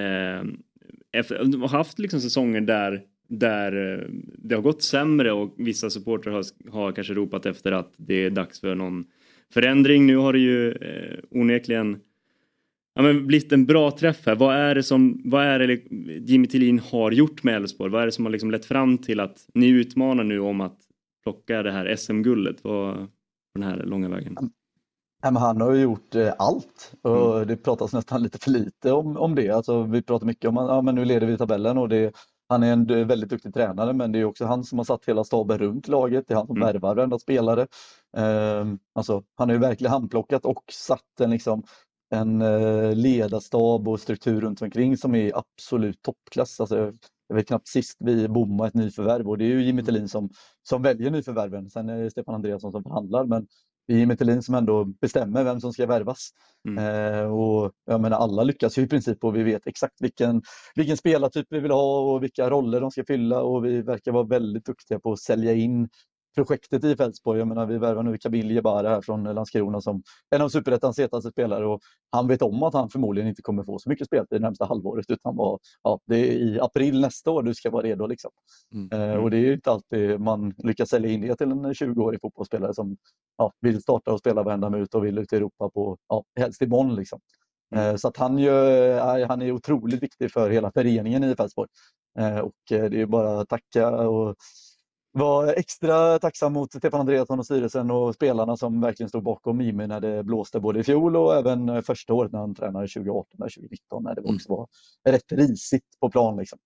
Har haft liksom säsonger där det har gått sämre och vissa supportrar har kanske ropat efter att det är dags för någon förändring. Nu har det ju onekligen blivit en bra träff här. Vad är det Jimmy Thelin har gjort med Elfsborg? Vad är det som har liksom lett fram till att ni utmanar nu om att plocka det här SM-guldet på den här långa vägen? Men han har ju gjort allt och det pratas nästan lite för lite om det. Alltså, vi pratar mycket om men nu leder vi tabellen och han är en väldigt duktig tränare men det är också han som har satt hela staben runt laget. Det är han som värvar varenda spelare. Alltså, han har ju verkligen handplockat och satt en ledarstab och struktur runt omkring som är absolut toppklass. Alltså, jag vet knappt sist vi bommade ett nyförvärv och det är ju Jimmy Thelin som väljer nyförvärven. Sen är det Stefan Andreasson som förhandlar men det är Jimmy Thelin som ändå bestämmer vem som ska värvas. Och jag menar alla lyckas ju i princip och vi vet exakt vilken spelartyp vi vill ha och vilka roller de ska fylla och vi verkar vara väldigt duktiga på att sälja in projektet i Elfsborg. Jag menar vi värvar nu Kabil Jebara här från Landskrona som en av Superettans hetaste spelare och han vet om att han förmodligen inte kommer få så mycket spel det närmsta halvåret utan det är i april nästa år du ska vara redo liksom. Och det är ju inte alltid man lyckas sälja in det till en 20-årig fotbollsspelare som vill starta och spela varenda minut och vill ut i Europa på helst i Bonn liksom. Så att han är otroligt viktig för hela föreningen i Elfsborg. Och det är bara att tacka och var extra tacksam mot Stefan Andreasson och styrelsen och spelarna som verkligen stod bakom Jimmy när det blåste både i fjol och även första året när han tränade 2018 och 2019 när det också var rätt risigt på plan liksom.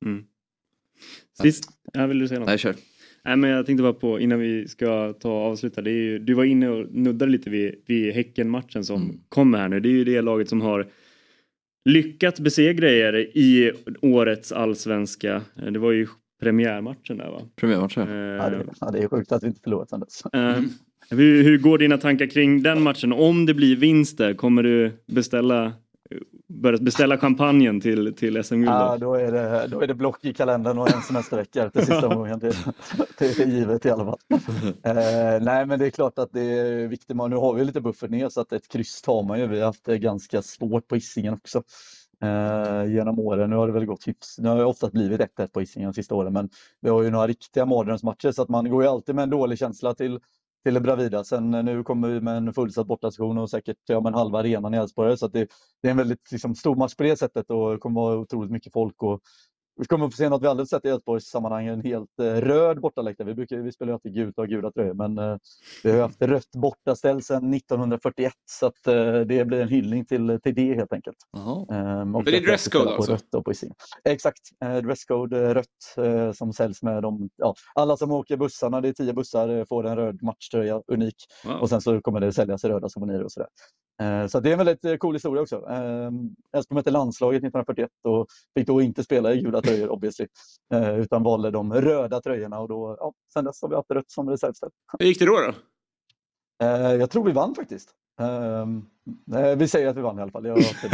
Sist, vill du säga något? Nej, kör. Nej, men jag tänkte bara på innan vi ska ta och avsluta. Det är ju, du var inne och nuddade lite vid Häcken-matchen som kommer här nu. Det är ju det laget som har lyckats besegra er i årets allsvenska. Det var ju premiärmatchen där va? Premiärmatchen. Det är sjukt att vi inte förlorat sen dess. Hur går dina tankar kring den matchen? Om det blir vinst där, kommer du börja beställa champagnen till SM-guld? Ja, då är det block i kalendern och en semestervecka till sista omgången. Det är givet i alla fall. Nej, men det är klart att det är viktigt. Nu har vi lite buffert ner så att ett kryss tar man ju. Vi har haft det ganska svårt på Hisingen också. Genom åren. Nu har det väl gått hyfs. Nu har det oftast blivit 1-1 på Hisingen de sista åren men vi har ju några riktiga mardrömsmatcher så att man går ju alltid med en dålig känsla till Bravida. Sen nu kommer vi med en fullsatt bortastation och säkert en halva arenan i Elfsborg så att det är en väldigt stor match på det sättet och det kommer vara otroligt mycket folk och vi kommer få se något vi aldrig sett i Elfsborgs sammanhang, en helt röd bortaläktare. Vi spelar ju alltid gult och gula tröjor men vi har haft rött bortaställ sedan 1941 så att det blir en hyllning till det helt enkelt. Men det är dresscode alltså? Rött och på exakt, dresscode rött som säljs med alla som åker bussarna, det är 10 bussar får en röd matchtröja, unik. Wow. Och sen så kommer det säljas röda souvenirer och sådär. Så det är en väldigt cool historia också. Elfsborg mötte landslaget 1941 och fick då inte spela i gula tröjor obviously, utan valde de röda tröjorna och då, sen dess har vi haft rött som reservställ. Hur gick det då? Jag tror vi vann faktiskt. Vi säger att vi vann i alla fall.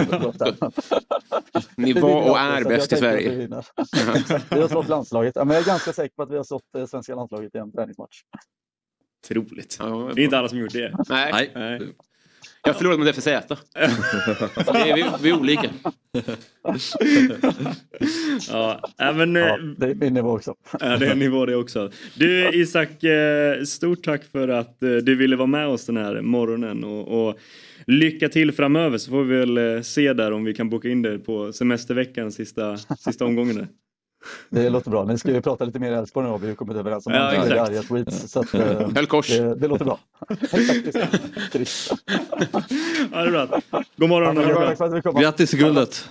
Ni var och är bäst i Sverige. Vi har slått landslaget. Men jag är ganska säker på att vi har slått svenska landslaget i en träningsmatch. Troligt. Det är inte alla som gjort det. Nej. Jag förlorade mot FCZ. Vi är olika. Det är min nivå också. Ja, det är nivå det också. Du Isak, stort tack för att du ville vara med oss den här morgonen och lycka till framöver så får vi väl se där om vi kan boka in det på semesterveckan sista omgången. Det låter bra. Ni ska ju prata lite mer i Älvsborg nu, har vi ju kommit överens om arga tweets. Så att, Höll kors. Det låter bra. Exakt. Ja, det är bra. God morgon. Grattis till guldet.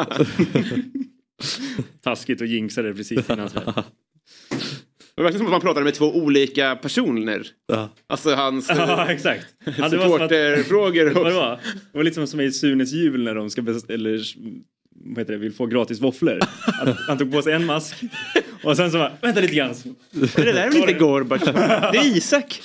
Taskigt och jinxade precis innan. Det verkar som att man pratade med 2 olika personer. Ja. Alltså hans exakt. supporterfrågor. Det var lite som i Sunes jul när de ska vill få gratis våfflor. Han tog på sig en mask och sen så bara, vänta lite grann. Det där är väl inte Gorbac. Det är Isak.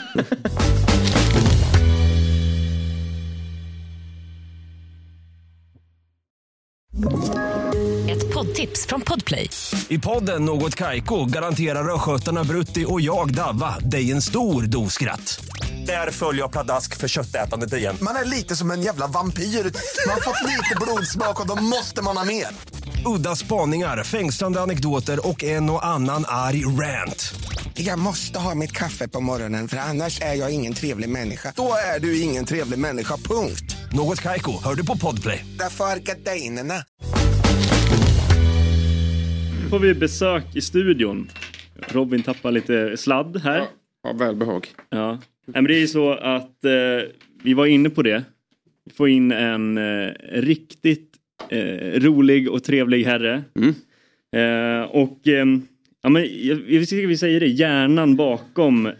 Ett poddtips från Podplay. I podden Något Kaiko garanterar röskötarna Brutti och jag Davva dig en stor doskratt. Där följer jag pladask för köttätandet igen. Man är lite som en jävla vampyr. Man har fått lite blodsmak och då måste man ha mer. Udda spaningar, fängslande anekdoter och en och annan arg rant. Jag måste ha mitt kaffe på morgonen för annars är jag ingen trevlig människa. Då är du ingen trevlig människa, punkt. Något Kaiko, hör du på Podplay. Därför är gardinerna. Nu får vi besök i studion. Robin tappar lite sladd här. Ja, välbehag. Ja. Men det är ju så att vi var inne på det. Vi får in en riktigt rolig och trevlig herre. Vi säger det, hjärnan bakom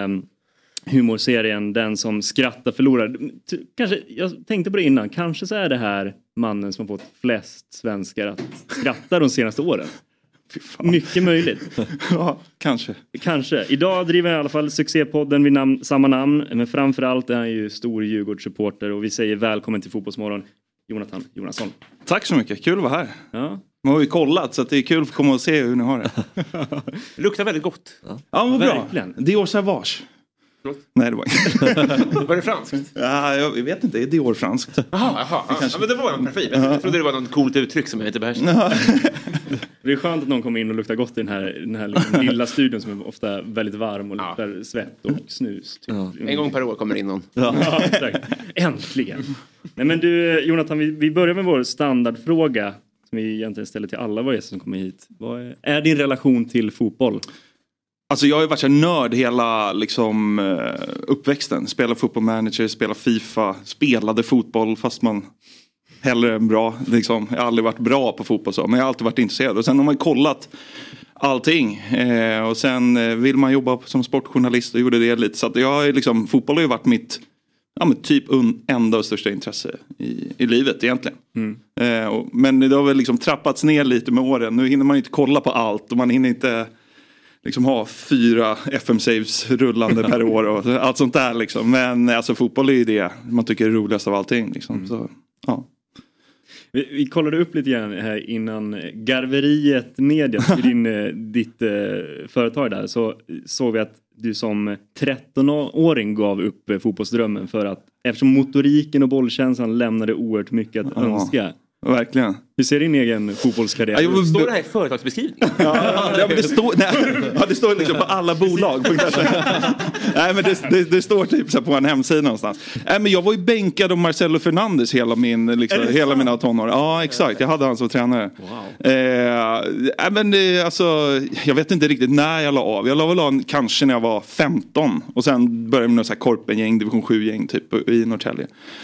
humorserien Den som skrattar förlorar. Kanske, jag tänkte på det innan, kanske så är det här mannen som har fått flest svenskar att skratta de senaste åren. Mycket möjligt. Ja, kanske. Idag driver jag i alla fall succépodden vid samma namn. Men framförallt är han ju stor Djurgårdssupporter. Och vi säger välkommen till Fotbollsmorgon, Jonathan Jonasson. Tack så mycket, kul att vara här. Ja. Man har ju kollat så att det är kul att komma och se hur ni har det. Det luktar väldigt gott. Ja, vad bra. Verkligen. Dior Sauvage. Nej, det var inte. Var det franskt? Ja, jag vet inte, det är Dior franskt. Jaha. Ja, men det var en perfekt. Jag trodde det var något coolt uttryck som jag inte behärskar. Det är skönt att någon kommer in och luktar gott i den här liksom lilla studion som är ofta väldigt varm och luktar svett och snus. Typ. Ja. En gång per år kommer in någon. Ja, exakt. Äntligen. Nej, men du, Jonathan, vi börjar med vår standardfråga som vi egentligen ställer till alla våra gäster som kommer hit. Vad är din relation till fotboll? Alltså jag har ju varit så nörd hela liksom, uppväxten. Spelade fotbollmanager, spelade FIFA, spelade fotboll fast man hellre än bra. Liksom. Jag har aldrig varit bra på fotboll så, men jag har alltid varit intresserad. Och sen har man kollat allting. Och sen vill man jobba som sportjournalist och gjorde det lite. Så att jag har liksom, fotboll har ju varit mitt typ enda och största intresse i livet egentligen. Men det har väl liksom trappats ner lite med åren. Nu hinner man inte kolla på allt och man hinner inte liksom ha 4 FM-saves rullande per år och allt sånt där liksom. Men alltså fotboll är ju det man tycker är roligast av allting liksom. Så, ja. Vi kollade upp lite grann här innan Garveriet Media i ditt företag där, så såg vi att du som 13-åring gav upp fotbollsdrömmen för att eftersom motoriken och bollkänslan lämnade oerhört mycket att önska. Verkligen. Hur ser din egen fotbollskarriär? Står det här i företagsbeskrivningen? Ja, men det står liksom på alla bolag. Nej, men det står typ så på en hemsida någonstans. Nej, men jag var ju bänkad av Marcelo Fernandes hela mina tonår. Ja, exakt. Jag hade han som tränare. Wow. Men alltså, jag vet inte riktigt när jag la av. Jag la väl av kanske när jag var 15. Och sen började jag med något så här korpengäng, division 7-gäng typ i Norrtälje.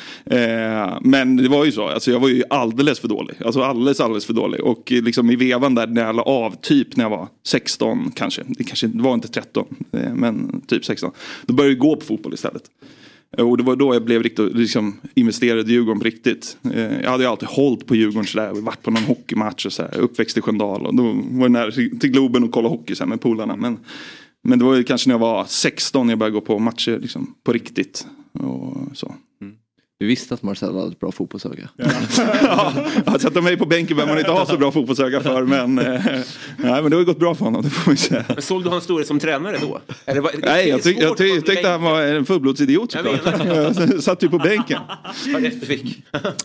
Men det var ju så, alltså jag var ju alldeles för dålig. Alltså alldeles för dålig. Och liksom i vevan där när jag la av, typ när jag var 16 kanske. Det var inte 13, men typ 16. Då började jag gå på fotboll istället. Och det var då jag blev riktigt liksom, investerad i Djurgården på riktigt. Jag hade ju alltid hållit på Djurgården sådär. Och varit på någon hockeymatch och sådär. Uppväxt i Sköndal. Och då var jag nära till Globen och kolla hockey så med polarna. Men det var ju kanske när jag var 16 jag började gå på matcher liksom, på riktigt. Och så. Du visste att Marcelo hade ett bra fotbollsöga. Ja, att sätta mig på bänken behöver man inte ha så bra fotbollsöga för. Men det har ju gått bra för honom, det får vi säga. Men såg du hans storhet som tränare då? Nej, jag tyckte han var en fullblodsidiot såklart. Jag satt ju på bänken. Vad rätt du fick.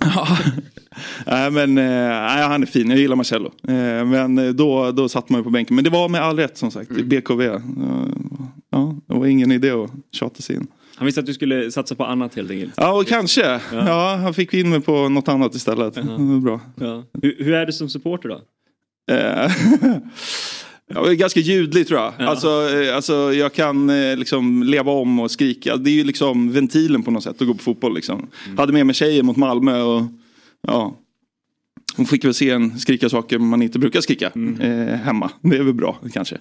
Nej, men han är fin, jag gillar Marcelo. Men då satt man ju på bänken. Men det var med all rätt som sagt, i BKV. Ja, det var ingen idé att tjata sig in. Han visste att du skulle satsa på annat helt enkelt. Ja, och kanske. Ja, han fick in mig på något annat istället. Bra. Ja. Hur är du som supporter då? Jag är ganska ljudlig tror jag. Ja. Alltså jag kan liksom leva om och skrika. Det är ju liksom ventilen på något sätt att gå på fotboll liksom. Hade med mig tjejer mot Malmö och ja. Hon fick väl se en skrika saker man inte brukar skrika hemma. Det är väl bra kanske.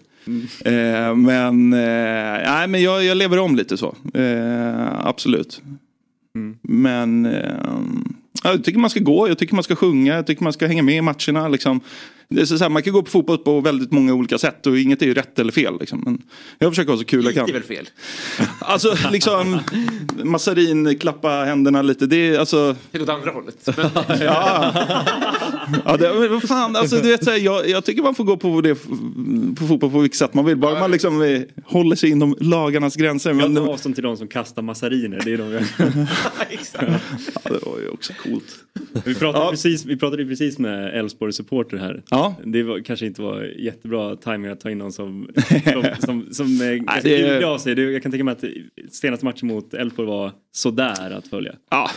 Men jag lever om lite så. Absolut. Men jag tycker man ska gå, jag tycker man ska sjunga, jag tycker man ska hänga med i matcherna liksom. Det är så här, man kan gå på fotboll på väldigt många olika sätt och inget är ju rätt eller fel liksom. Men jag försöker ha så kul jag kan. Det är väl fel? Alltså liksom Massarin, klappa händerna lite. Det är alltså... Det går åt andra hållet. Ja, vad fan, alltså du vet så här, jag tycker man får gå på fotboll på vilket sätt man vill. Bara man liksom håller sig inom lagarnas gränser. Jag tar avstånd till de som kastar massariner. Det är de Exakt. Ja, det var ju också coolt. Vi pratade precis med Elfsborg supporter här. Ja. Det var, kanske inte var jättebra timing att ta in någon som ganska av sig. Jag kan tänka mig att senaste matchen mot Elfsborg var sådär att följa. Ja,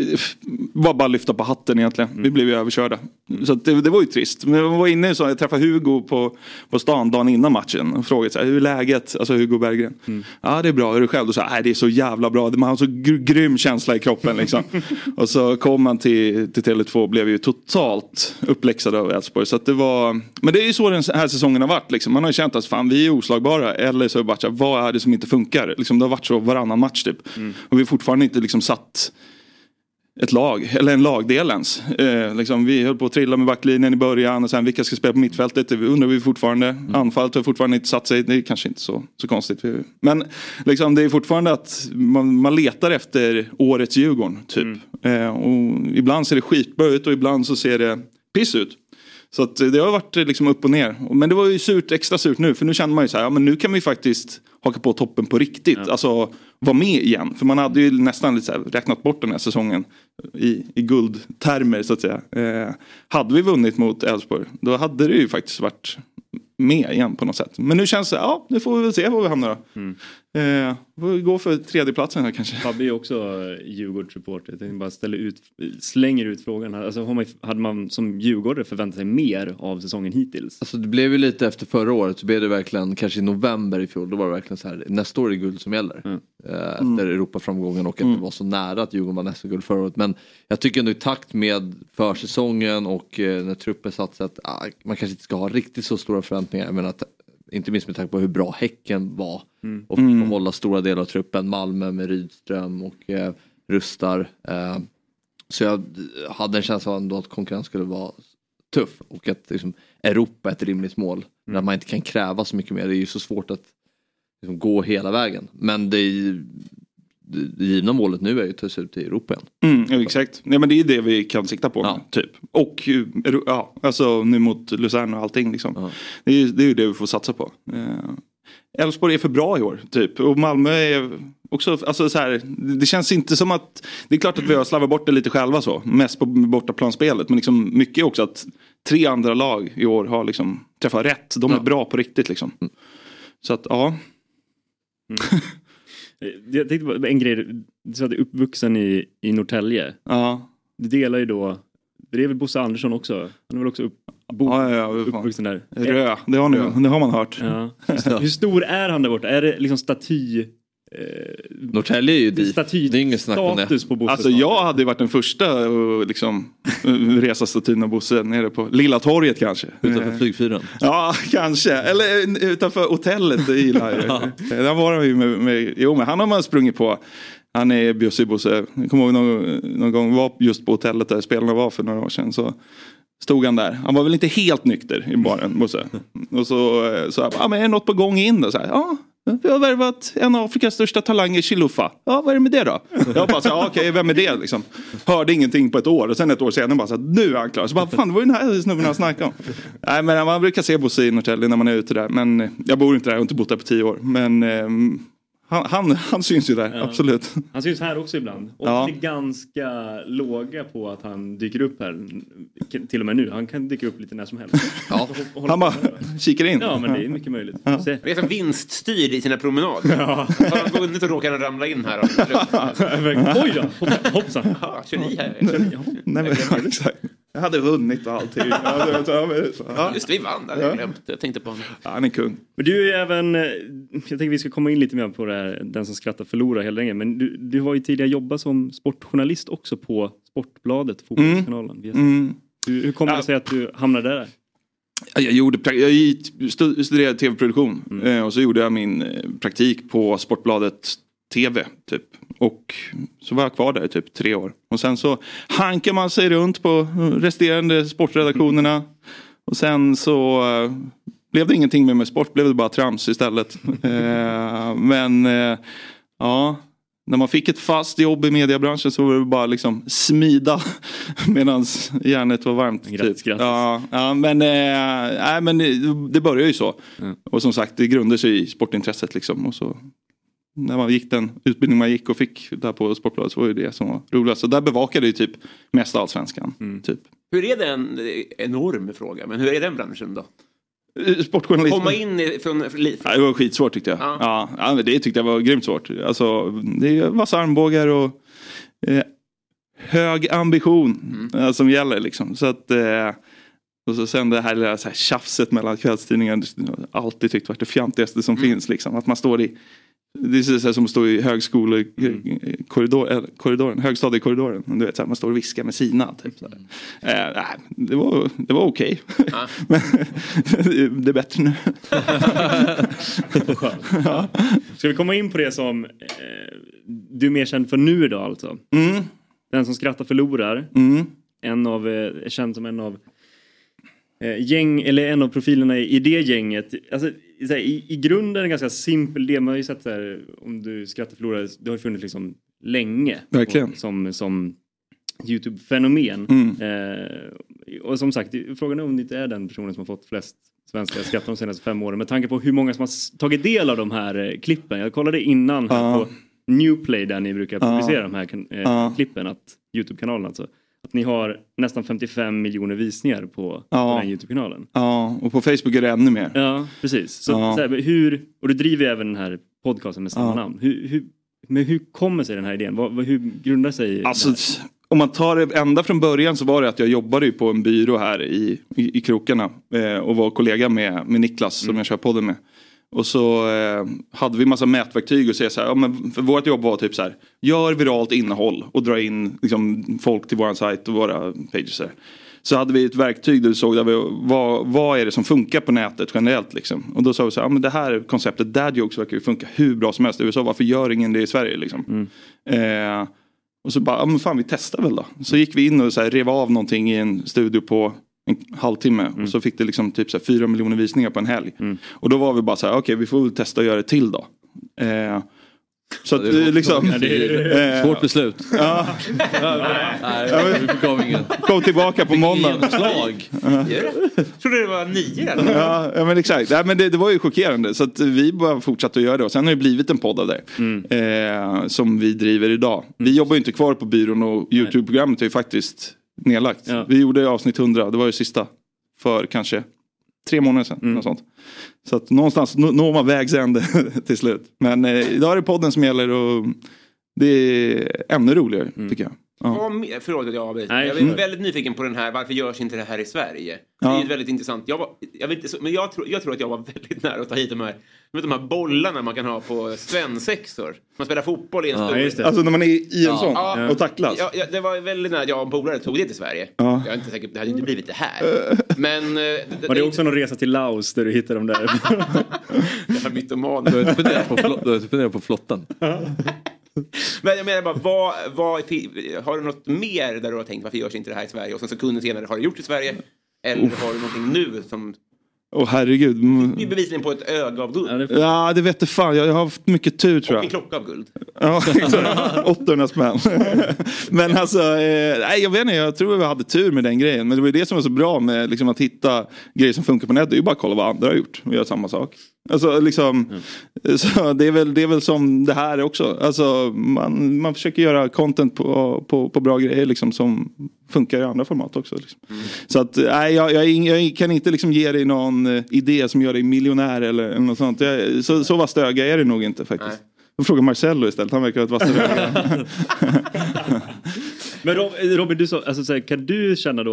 var bara lyfta på hatten egentligen. Vi blev ju överkörda. Så det var ju trist. Men jag var inne så jag träffade Hugo på stan dagen innan matchen och frågade så här, hur är läget? Alltså Hugo Berggren. Ja, det är bra. Hur är det själv? Och så här, det är så jävla bra. Man har så grym känsla i kroppen liksom. Och så kom man till Tele2 och blev ju totalt uppläxad av Elfsborg. Så att det var... Men det är ju så den här säsongen har varit liksom. Man har ju känt att fan, vi är oslagbara. Eller så har det varit så här, vad är det som inte funkar? Liksom, det har varit så varannan match typ. Och vi har fortfarande inte liksom satt ett lag, eller en lagdel ens. Liksom, vi höll på att trilla med backlinjen i början och sen vilka ska spela på mittfältet, det undrar vi fortfarande. Anfallet har fortfarande inte satt sig, det är kanske inte så konstigt. Men liksom, det är fortfarande att man letar efter årets Djurgården typ. Och ibland ser det skitbra ut och ibland så ser det piss ut. Så att det har varit liksom upp och ner. Men det var ju extra surt nu. För nu känner man ju så här, ja, men nu kan vi faktiskt haka på toppen på riktigt. Ja. Alltså vara med igen. För man hade ju nästan lite så här, räknat bort den här säsongen i guldtermer så att säga. Hade vi vunnit mot Elfsborg, då hade det ju faktiskt varit med igen på något sätt. Men nu känns det, ja, nu får vi väl se var vi hamnar då. Får vi gå för tredjeplatsen här kanske. Fabbe är också Djurgårdsreporter. Jag tänkte bara slänger ut frågan. Alltså, hade man som Djurgårdare förväntat sig mer av säsongen hittills? Alltså det blev ju lite efter förra året. Så blev det verkligen, kanske i november i fjol. Då var det verkligen så här, nästa år är guld som gäller. Efter Europaframgången och att det var så nära att Djurgården var nästa guld förra året. Men jag tycker ändå i takt med försäsongen och när truppen satt så att man kanske inte ska ha riktigt så stora förväntningar. Men att inte minst med tanke på hur bra Häcken var. Och hålla stora delar av truppen. Malmö med Rydström och Rustar. Så jag hade en känsla ändå att konkurrens skulle vara tuff. Och att liksom, Europa är ett rimligt mål. Där man inte kan kräva så mycket mer. Det är ju så svårt att liksom, gå hela vägen. Men det givna målet nu är ju att ta sig ut i Europa igen. Ja, exakt. Nej, men det är det vi kan sikta på typ. Och ja, alltså nu mot Luzern och allting liksom. Det är ju det vi får satsa på. Elfsborg är för bra i år typ. Och Malmö är också, alltså så här, det känns inte som att, det är klart att vi har slavat bort det lite själva så. Mest på bortaplanspelet. Men liksom mycket också att 3 andra lag i år har liksom träffat rätt. De är bra på riktigt liksom. Så att ja. Jag tänkte på en grej. Du sa att du är uppvuxen i Norrtälje. Ja. Du delar ju då. Det är väl Bosse Andersson också. Han är väl också uppvuxen där. Rö, det har man hört. Ja. Hur stor är han där borta? Är det liksom staty... Norrtälje är ju dit. Det är ingen snack om det. På Bosse. Alltså jag hade ju varit den första och liksom resa statyn av Bosse nere på Lilla torget kanske. Utanför flygfyren. Ja, kanske. Eller utanför hotellet i Laje. Där var han ju med, jo men han har man sprungit på. Han är bjussig Bosse. Jag kommer ihåg någon gång var just på hotellet där spelarna var för några år sedan. Så stod han där. Han var väl inte helt nykter i baren, Bosse. Och så men är något på gång in då? Så här, ja. Vi har värvat en av Afrikas största talanger, Chilufa. Ja, vad är det med det då? Jag bara så okej, vem är det liksom? Hörde ingenting på ett år. Och sen ett år senare bara så nu är han klar. Så bara, fan, det var ju den här snubben han snackade om. Nej, men man brukar se Bosse i Norrtälje när man är ute där. Men jag bor inte där, jag har inte bott där på 10 år. Men han syns ju där, absolut. Han syns här också ibland. Och är ganska låga på att han dyker upp här. Till och med nu. Han kan dyka upp lite när som helst. Ja. Han bara kikar in. Ja, men det är mycket möjligt. Ja. Det är som vinststyr i sina promenader. Ja. Han går under och råkar han ramla in här. Oj då, hoppsan. Ja, kör ni här? Nej, men exakt. Jag hade vunnit och allting. Just vi vann, det jag glömt. Jag tänkte på honom. Ja, han är kung. Men du är ju även, jag tänker vi ska komma in lite mer på det här, den som skrattar förlorar hela länge. Men du har ju tidigare jobbat som sportjournalist också på Sportbladet, fotbollskanalen. Hur kommer det sig att du hamnade där? Jag studerade tv-produktion och så gjorde jag min praktik på Sportbladet TV typ. Och så var jag kvar där i typ 3 år. Och sen så hankar man sig runt på resterande sportredaktionerna. Och sen så blev det ingenting med sport, blev det bara trams istället. Men ja, när man fick ett fast jobb i mediebranschen så var det bara liksom smida medan järnet var varmt. Grattis. Ja, men det börjar ju så. Och som sagt, det grundar sig i sportintresset liksom. Och så när man gick den utbildning man gick och fick där på Sportbladet så var det som var roligt. Så där bevakade ju typ mest allsvenskan. Typ. Hur är det en enorm fråga, men hur är den branschen då? Sportjournalism. Komma in från det var skitsvårt tyckte jag. Ja, men det tyckte jag var grymt svårt. Alltså, det är vassa armbågar och hög ambition som gäller liksom. Så att och så sen det här, så här tjafset mellan kvällstidningar, alltid tyckt varit det fjantigaste som finns liksom. Att man står i, det är så som att stå i högstadiekorridoren, du vet så här, man står och viskar med sina typ så här. Det var okej. Men det är bättre nu. Ja. Ska vi komma in på det som du är mer känd för nu idag alltså? Den som skrattar förlorar. Känd som en av en av profilerna i det gänget. Alltså, i grunden är det en ganska simpel del. Man har ju sett så här, om du skrattar förlorar, det har ju funnits liksom länge. Verkligen. Som YouTube-fenomen. Och som sagt, frågan är om det inte är den personen som har fått flest svenska skratt de senaste 5 åren. Med tanke på hur många som har tagit del av de här klippen. Jag kollade innan här på Newplay där ni brukar publicera de här klippen. Att YouTube-kanalen alltså. Att ni har nästan 55 miljoner visningar på den YouTube-kanalen. Ja, och på Facebook är det ännu mer. Ja, precis. Så här, och du driver även den här podcasten med samma namn. Hur kommer sig den här idén? Hur grundar sig alltså, om man tar det ända från början så var det att jag jobbade ju på en byrå här i krokarna. Och var kollega med Niklas som jag kör podden med. Och så hade vi massa mätverktyg och säga så här, men för vårt jobb var typ så här, gör viralt innehåll och dra in liksom, folk till våran sajt och våra pages. Så hade vi ett verktyg där vi såg vad är det som funkar på nätet generellt liksom. Och då sa vi så här, men det här konceptet dad jokes verkar ju funka hur bra som helst i USA, varför gör ingen det i Sverige liksom? Och så bara, men fan vi testar väl då. Så gick vi in och så här, rev av någonting i en studio på en halvtimme och så fick det liksom typ så här 4 miljoner visningar på en helg. Och då var vi bara så här, okej, vi får väl testa att göra det till då. Så att liksom svårt beslut. Kom tillbaka på måndag. Trodde det var 9 eller? Ja, men exakt. Nej, men det var ju chockerande så att vi bara fortsatte att göra det och sen har det blivit en podd av det som vi driver idag. Vi jobbar ju inte kvar på byrån och YouTube-programmet är ju faktiskt nedlagt. Vi gjorde avsnitt 100, det var ju sista för kanske 3 månader sedan. Något sånt. Så att någonstans når man vägs ände till slut. Men idag är det podden som gäller och det är ännu roligare tycker jag. Förlåt att jag avbryter. Jag är väldigt nyfiken på den här, varför görs inte det här i Sverige? Det är väldigt intressant. Jag tror att jag var väldigt nära att ta hit de här bollarna man kan ha på svensexor. Man spelar fotboll i en stor... Alltså när man är i en sån och tacklas. Det var väldigt nära att jag och polare tog det till Sverige. Jag är inte säker, det hade inte blivit det här. Men... var det också någon resa till Laos där du hittade dem där? Jag har mytoman. Du har funderat på flottan. Men jag menar bara, har du något mer där du har tänkt varför görs inte det här i Sverige och sen sekunder senare har du gjort det i Sverige eller har du någonting nu som herregud. Det är bevisligen på ett öga av guld. Ja, det vet jag fan. Jag har haft mycket tur tror jag. Och en klocka av guld. Ja, 800 spänn. Men alltså, nej jag vet inte, jag tror vi hade tur med den grejen. Men det var ju det som var så bra med liksom, att hitta grejer som funkar på nätet. Det är ju bara att kolla vad andra har gjort och göra samma sak. Alltså liksom, så det är väl som det här också. Alltså man försöker göra content på bra grejer liksom, som funkar i andra format också. Liksom. Så att nej, jag kan inte liksom ge dig någon idé som gör dig miljonär eller något sånt. Så var stöga är det nog inte faktiskt. Jag frågar Marcello istället, han verkar vara stöga. Men Robin, du så, alltså, kan du känna då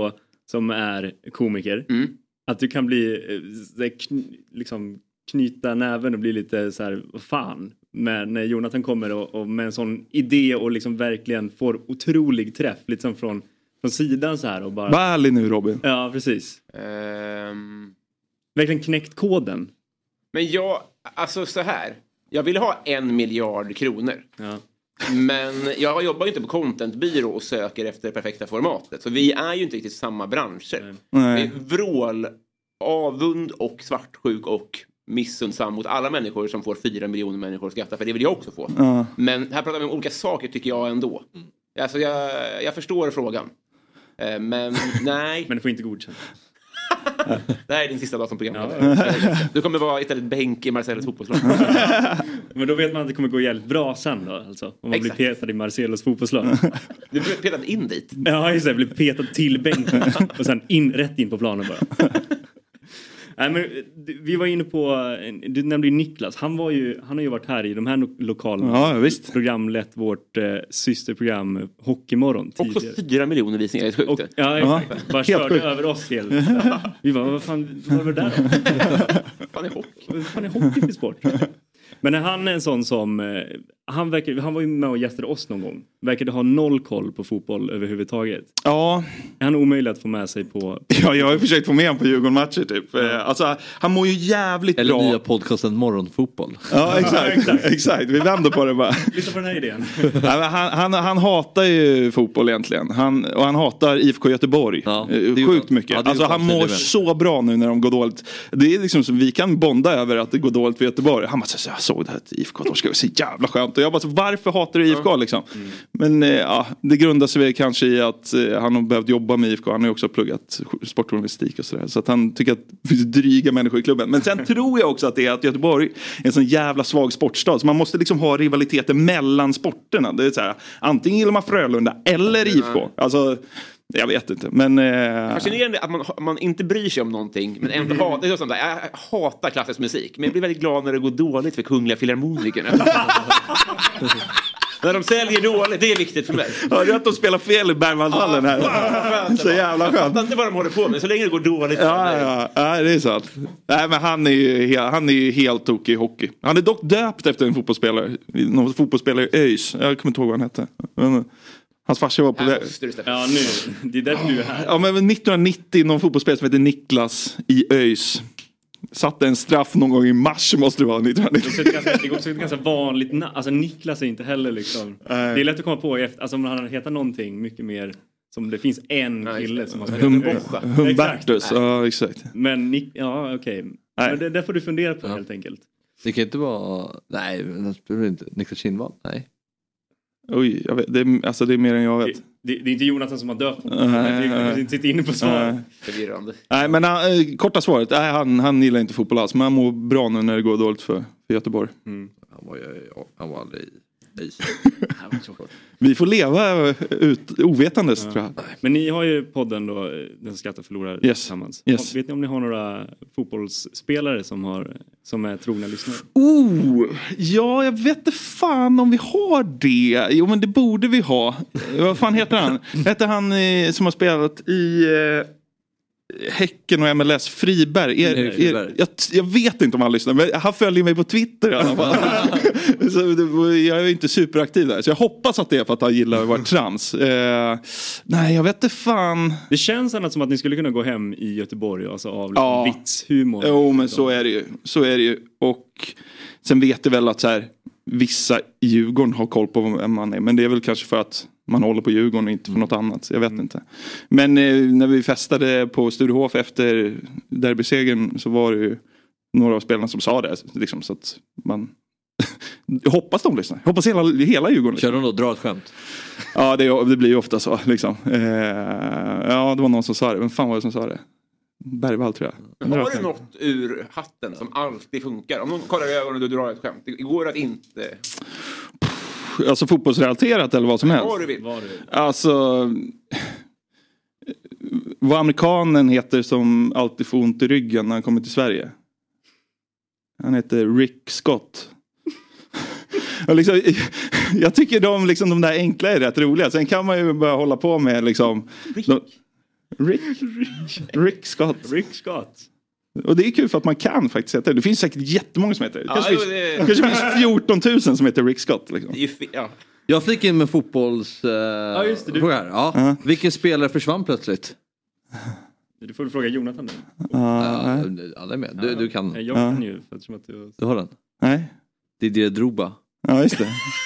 som är komiker. Att du kan bli liksom knyta näven och bli lite så här, vad fan. Men när Jonathan kommer och med en sån idé och liksom verkligen får otrolig träff liksom från sidan så här och bara... Var ärlig nu, Robin. Ja, precis. Verkligen knäckt koden. Men alltså så här. Jag vill ha 1 miljard kronor. Ja. Men jag jobbar ju inte på contentbyrå och söker efter det perfekta formatet. Så vi är ju inte riktigt samma branscher. Nej. Det är vrål, avund och svartsjuk och missundsam mot alla människor som får 4 miljoner människor att skratta. För det vill jag också få. Ja. Men här pratar vi om olika saker tycker jag ändå. Alltså jag förstår frågan. Men nej. Men det får inte godkänt. Det här är din sista dag som programledare. Ja. Du kommer vara istället bänk i Marcellos fotbollslag. Men då vet man att det kommer gå jävligt bra sen då. Alltså, om man blir petad i Marcellos fotbollslag. Du blir petad in dit. Ja, just det. Blir petad till bänken. Och sen rätt in på planen bara. Nej, men vi var inne på, du nämnde ju Niklas. Han har ju varit här i de här lokalerna. Ja, visst. Programlett vårt systerprogram Hockeymorgon tidigare. Också 4 miljoner visningar, är sjukt. Ja, bara körde över oss helt. Vi var, vad var det där då? Vad fan är hockey för sport? Men han är en sån som han var ju med och gästade oss någon gång. Verkade ha noll koll på fotboll överhuvudtaget. Ja. Han är omöjlig att få med sig på... Ja, jag har ju försökt få med honom på Djurgården-matcher typ. Alltså, han mår ju jävligt eller bra. Eller nya podcasten Morgonfotboll. Ja, exakt. Vi vänder på det bara. Lyssna på den här idén. Han hatar ju fotboll egentligen. Han hatar IFK Göteborg. Ja, sjukt mycket. Ja, alltså, han mår så bra nu när de går dåligt. Det är liksom som vi kan bonda över att det går dåligt för Göteborg. Han bara så jag såg det här till IFK. Det ska vara så jävla skönt. Och jag bara så, varför hatar du IFK liksom? Men det grundar sig väl kanske i att han har behövt jobba med IFK. Han har ju också pluggat sportjournalistik och sådär. Så att han tycker att det finns dryga människor i klubben. Men sen tror jag också att det är att Göteborg är en sån jävla svag sportstad. Så man måste liksom ha rivaliteter mellan sporterna. Det är så här, antingen gillar man Frölunda eller IFK. Alltså... Jag vet inte, men... Fascinerande att man inte bryr sig om någonting, men ändå hatar... Det är sånt där, jag hatar klassisk musik, men jag blir väldigt glad när det går dåligt för Kungliga Filharmonikerna. När de säljer dåligt, det är viktigt för mig. Ja, det är att de spelar fel i Bergmanshallen här. Så jävla skönt. Jag fattar inte vad de håller på med, så länge det går dåligt. Ja, det är sant. Nej, men han är ju helt tokig i hockey. Han är dock döpt efter en fotbollsspelare. Någon fotbollsspelare i ÖIS. Jag kommer inte ihåg vad han hette. Hans farsa var på väg. Ja, nu. Det är därför du är här. Ja, men 1990 någon fotbollsspelare som heter Niklas i ÖIS. Satte en straff någon gång i mars måste det vara 1990. Det är också ett ganska vanligt namn. Alltså Niklas är inte heller liksom. Det är lätt att komma på efter. Alltså om han heter någonting mycket mer. Som det finns en kille som har spelat. Humbertus, ja exakt. Men ja okej. Men det får du fundera på helt enkelt. Det kan inte vara... Nej, det spelar inte. Niklas Kindvall, nej. Oj, jag vet, det är mer än jag vet. Det är inte Jonathan som har döpt honom. Jag inte sitter inne på svar. Förvirrande. Nej, men korta svaret. Nej, han gillar inte fotboll alls. Men han mår bra nu när det går dåligt för Göteborg. Han var aldrig... Vi får leva ut ovetandes tror jag. Men ni har ju podden då, Den skrattar förlorar tillsammans. Yes. Vet ni om ni har några fotbollsspelare som är trogna lyssnare? Ja, jag vet inte fan om vi har det. Jo, men det borde vi ha. Vad fan heter han? Heter han som har spelat i Häcken och MLS, Friberg. Jag vet inte om han lyssnar, men han följer mig på Twitter i alla fall. Så jag är inte superaktiv där. Så jag hoppas att det är för att han gillar att vara trams. Nej, jag vet inte fan. Det känns annat som att ni skulle kunna gå hem i Göteborg alltså av vitshumor. Jo, men så är det ju. Och sen vet jag väl att så här, vissa i Djurgården har koll på vem man är. Men det är väl kanske för att man håller på Djurgården och inte för något annat. Jag vet inte. Men när vi festade på Sturehof efter derbysegern så var det ju några av spelarna som sa det. Liksom, så att man... hoppas de lyssnar. Hoppas hela Djurgården. Kör de då? Dra ett skämt? Ja, det blir ju ofta så. Liksom. Ja, det var någon som sa det. Vem fan var det som sa det? Bergvall tror jag. Har du något ur hatten som alltid funkar? Om någon kollar i ögonen och du drar ett skämt. Det går att inte... Alltså fotbollsrelaterat eller vad som helst. Vad du vill. Alltså... Vad amerikanen heter som alltid får ont i ryggen när han kommer till Sverige. Han heter Rick Scott. Och liksom, jag tycker de där enkla är rätt roliga. Sen kan man ju börja hålla på med liksom... Rick Scott. Rick Scott. Och det är kul för att man kan faktiskt heta det. Det finns säkert jättemånga som heter det. Kanske finns 14 000 som heter Rick Scott. Liksom. Jag fick in med fotbolls... just det. Fråga här. Ja. Vilken spelare försvann plötsligt? Du får fråga Jonathan nu. Alla är med. Du kan. Jag kan ju. Eftersom att du har den? Nej. Didier Drogba. Ja, just det.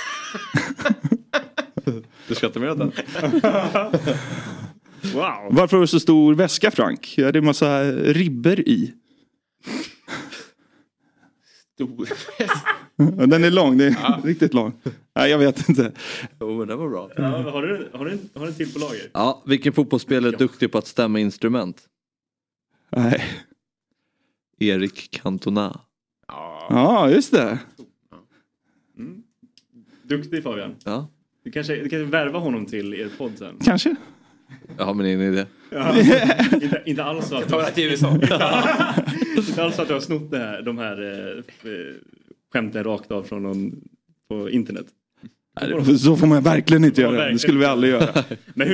Du skrattar med den. Wow. Varför har du så stor väska, Frank? Är det en massa ribber i? Stor Den är lång, det är riktigt lång. Nej, jag vet inte. Men det var bra. Ja, har du till på lager? Ja, vilken fotbollsspelare är duktig på att stämma instrument? Nej. Erik Cantona. Ja, just det. Duktig Fabian. Ja. Du kanske värva honom till er podd sen. Kanske. Ja, men ingen idé. Ja. inte alls så att ta det till USA. Inte alls så att du har snott de här skämten rakt av från någon på internet. Så får man verkligen inte göra. Det skulle vi aldrig göra. Men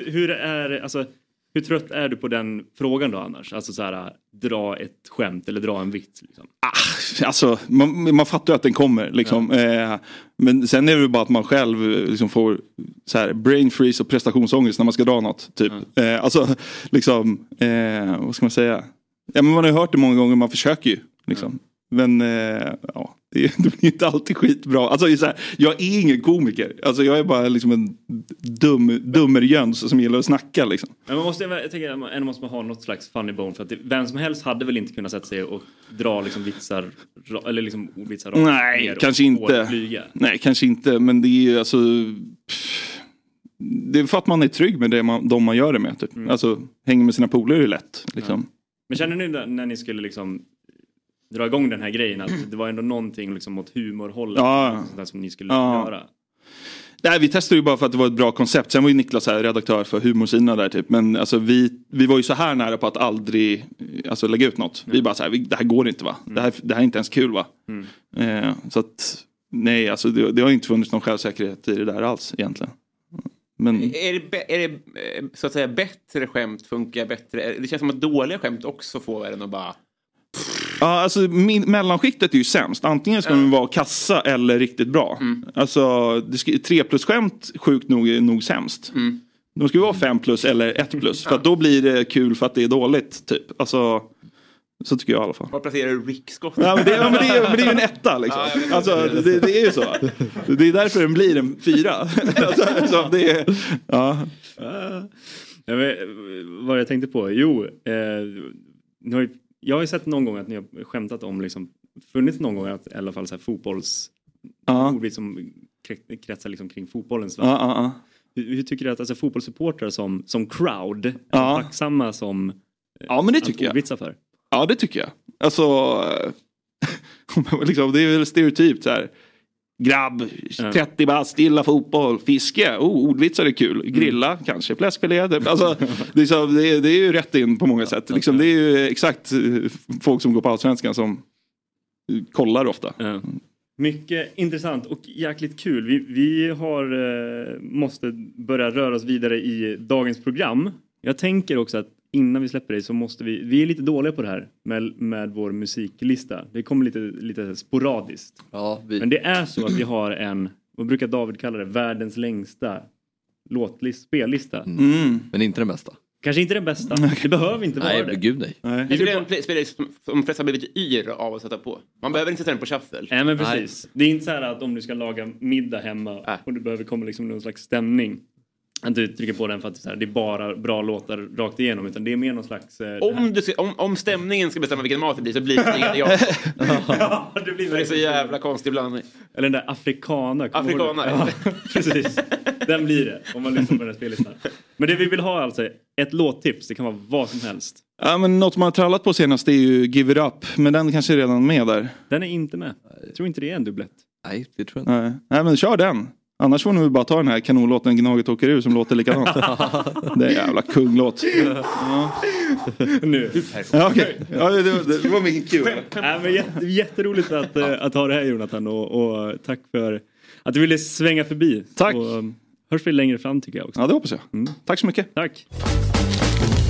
hur trött är du på den frågan då annars? Alltså så här, dra ett skämt eller dra en vits liksom. Alltså man fattar ju att den kommer liksom. Men sen är det bara att man själv liksom får så här brain freeze och prestationsångest när man ska dra något typ. Alltså liksom vad ska man säga? Ja, men man har ju hört det många gånger, man försöker ju liksom. Men det blir inte alltid skitbra. Alltså, så här, jag är ingen komiker. Alltså, jag är bara liksom en dummerjöns som gillar att snacka. Liksom. Men jag tänker att man måste ha något slags funny bone. För att vem som helst hade väl inte kunnat sätta sig och dra liksom vitsar. Eller liksom vitsar rakt. Nej, kanske inte. Nej, kanske inte. Men det är ju alltså... Det är för att man är trygg med de man gör det med. Typ. Alltså, hänger med sina polare är det lätt. Liksom. Ja. Men känner ni när ni skulle liksom... dra igång den här grejen att det var ändå någonting liksom åt humorhållet som ni skulle göra. Nej, vi testade ju bara för att det var ett bra koncept. Sen var ju Niklas här redaktör för humorsidorna där typ. Men alltså vi var ju så här nära på att aldrig lägga ut något. Vi bara så här, det här går inte va? Det här är inte ens kul va? Så att nej, alltså det har inte funnits någon självsäkerhet i det där alls egentligen. Men... Är det så att säga bättre skämt funkar bättre? Det känns som att dåliga skämt också får världen att bara... Ja, alltså mellanskiktet är ju sämst. Antingen ska de vara kassa eller riktigt bra. Alltså 3+-skämt sjukt nog är nog sämst. De ska ju vara 5+ eller 1+. För att då blir det kul för att det är dåligt typ. Alltså så tycker jag i alla fall. Var placerar du Rick Scott? Ja, men det är ju en etta liksom. Alltså det är ju så. Det är därför den blir en 4. Alltså, det är vad jag tänkte på. Jag har ju sett någon gång att ni har skämtat om liksom, funnits någon gång att i alla fall så här fotbolls ordvits som kretsar liksom kring fotbollens värld. Hur tycker du att alltså, fotbollssupportrar som crowd är tacksamma som men det tycker ordvitsar för? Ja, det tycker jag. Alltså liksom, det är väl stereotypt så här. Grabb, 30 bast, gilla fotboll, fiske, ordvitsar är kul, grilla kanske, fläskfilé. Alltså, det är ju rätt in på många sätt. Liksom, det är ju exakt folk som går på Allsvenskan som kollar ofta. Mycket intressant och jäkligt kul. Vi måste börja röra oss vidare i dagens program. Jag tänker också att innan vi släpper det så måste vi är lite dåliga på det här med vår musiklista. Det kommer lite sporadiskt. Ja, men det är så att vi har vad brukar David kalla det, världens längsta spellista. Men inte den bästa. Kanske inte den bästa. Det behöver inte vara det. Nej, gud nej. Det är en spelare som flesta har blivit yr av att sätta på. Man behöver inte sätta den på shuffle. Nej, men precis. Nej. Det är inte så här att om du ska laga middag hemma och du behöver komma liksom någon slags stämning. Att du trycker på den för att det är bara bra låtar rakt igenom. Utan det är mer någon slags... Om stämningen ska bestämma vilken mat det blir så blir det inget jag. Det blir det är så jävla konstig blandning. Eller den där afrikana. Ja, precis. Den blir det. Om man lyssnar på den här spellistan. Men det vi vill ha alltså ett låttips. Det kan vara vad som helst. Ja, men något man har trallat på senast är ju Give It Up. Men den kanske är redan med där. Den är inte med. Jag tror inte det är en dubblett. Nej, det tror jag inte. Nej, men kör den. Annars får ni bara ta den här kanonlåten Gnaget åker ur som låter likadant. Det är en jävla kunglåt. Nu. Ja, okej. Ja, det var mycket kul. Jätteroligt att ha det här, Jonathan. Och tack för att du ville svänga förbi. Tack. Och hörs vi längre fram tycker jag också. Ja, det hoppas jag. Tack så mycket. Tack.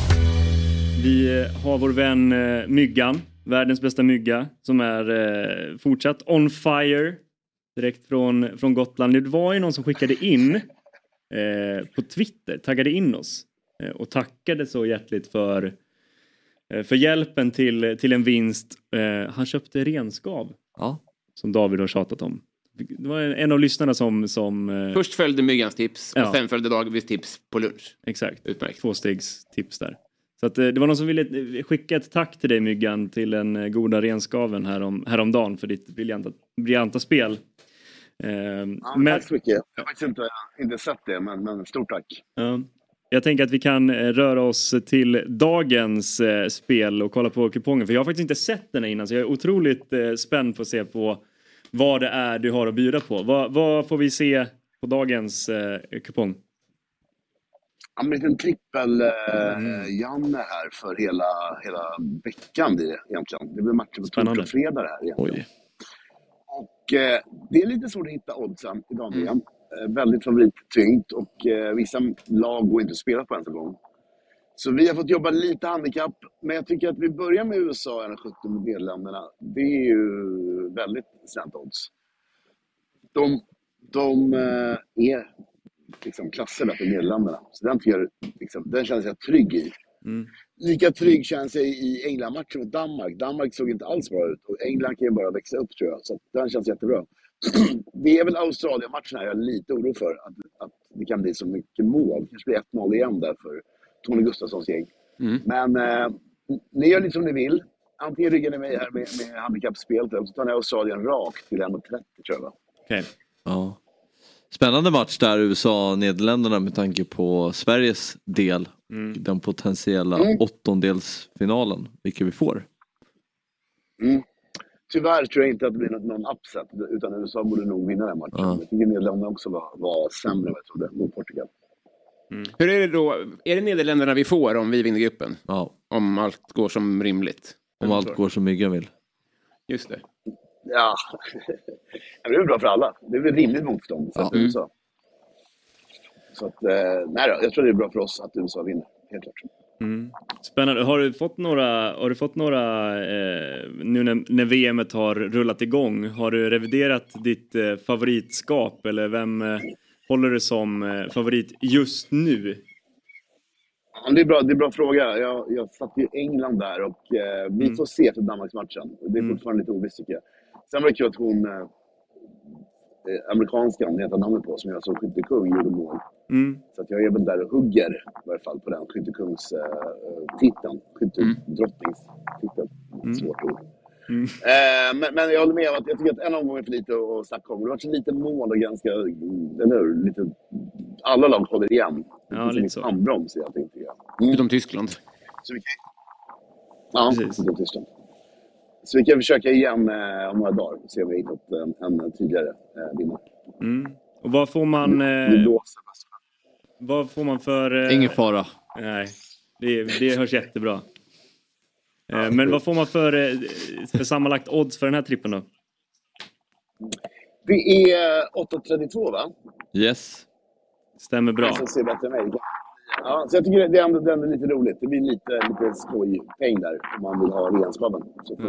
Vi har vår vän Myggan, världens bästa mygga, som är fortsatt on fire direkt från Gotland. Det var ju någon som skickade in på Twitter, taggade in oss och tackade så hjärtligt för hjälpen till en vinst. Han köpte renskav, som David har tjatat om. Det var en av lyssnarna som först följde Myggans tips och sen följde Davids tips på lunch. Exakt, utmärkt. 2-stegstips där. Så att, det var någon som ville skicka ett tack till dig, Myggan, till den goda renskaven häromdagen för ditt briljanta spel. Tack så mycket. Jag har faktiskt inte sett det, men stort tack. Jag tänker att vi kan röra oss till dagens spel och kolla på kupongen. För jag har faktiskt inte sett den innan, så jag är otroligt spänd på att se på vad det är du har att bjuda på. Vad får vi se på dagens kupong? En liten trippel Janne här för hela veckan blir det egentligen. Det blir matcher på torsdag och fredag här egentligen. Oj. Och det är lite svårt att hitta oddsen i dagen. Väldigt favorittyngt och vissa lag går inte att spela på en gång. Så vi har fått jobba lite handikapp, men jag tycker att vi börjar med USA 1,70 mot Nederländerna. Det är ju väldigt snällt odds. De är liksom klasser där för Nederländerna. Så den känns jag trygg i. Lika trygg känns jag i England-matchen mot Danmark. Danmark såg inte alls bra ut och England kan ju bara växa upp, tror jag. Så den känns jättebra. Det är väl Australien-matchen här jag är lite oro för att det kan bli så mycket mål. Det kanske blir 1-0 igen där för Tony Gustafssons gäng. Men ni gör lite som ni vill. Antingen ryggar ni mig här med handikappspel, och så tar ni Australien rakt till 1,30, tror jag. Okej. Ja. Spännande match där, USA-Nederländerna, med tanke på Sveriges del. Den potentiella åttondelsfinalen, vilka vi får. Tyvärr tror jag inte att det blir någon upset, utan USA borde nog vinna den matchen. Jag tycker Nederländerna också var sämre än jag trodde mot Portugal. Hur är det då? Är det Nederländerna vi får om vi vinner gruppen? Ja. Om allt går som rimligt? Om allt går som Myggan vill. Just det. Ja, det är bra för alla. Det är väl rimligt motstånd för USA. Så att, nej då, jag tror det är bra för oss att USA vinner, helt klart. Spännande. Har du fått några nu när VM:et har rullat igång, har du reviderat ditt favoritskap, eller vem håller du som favorit just nu? Ja, det är bra fråga. Jag satt i England där och vi får se efter Danmarksmatchen. Det är fortfarande lite ovisst, tycker jag. Sen var det kul att hon amerikanskan, heter namnet på, som jag såg skyttekung, gjorde mål. Så att jag är väl där och hugger i varje fall på den skyttekungstiteln, skyttedrottningstiteln. Svårt ord. Men jag håller med om att jag tycker att en omgång är för lite att snacka om. Det var så lite mål och ganska, lite, alla lag håller igen. Ja, lite så. Handbroms i allting, tycker jag. Utom Tyskland. Så vi kan... utom Tyskland. Så vi kan försöka igen om några dagar och se om vi har hittat en tidigare vinnare. Och vad får man... vad får man för... Ingen fara. Nej, det hörs jättebra. Men vad får man för sammanlagt odds för den här trippen då? Det är 8,32, va? Yes. Stämmer bra. Jag ser bättre än mig. Ja, så jag tycker det är ändå lite roligt. Det blir lite skojpeng där om man vill ha renskapen.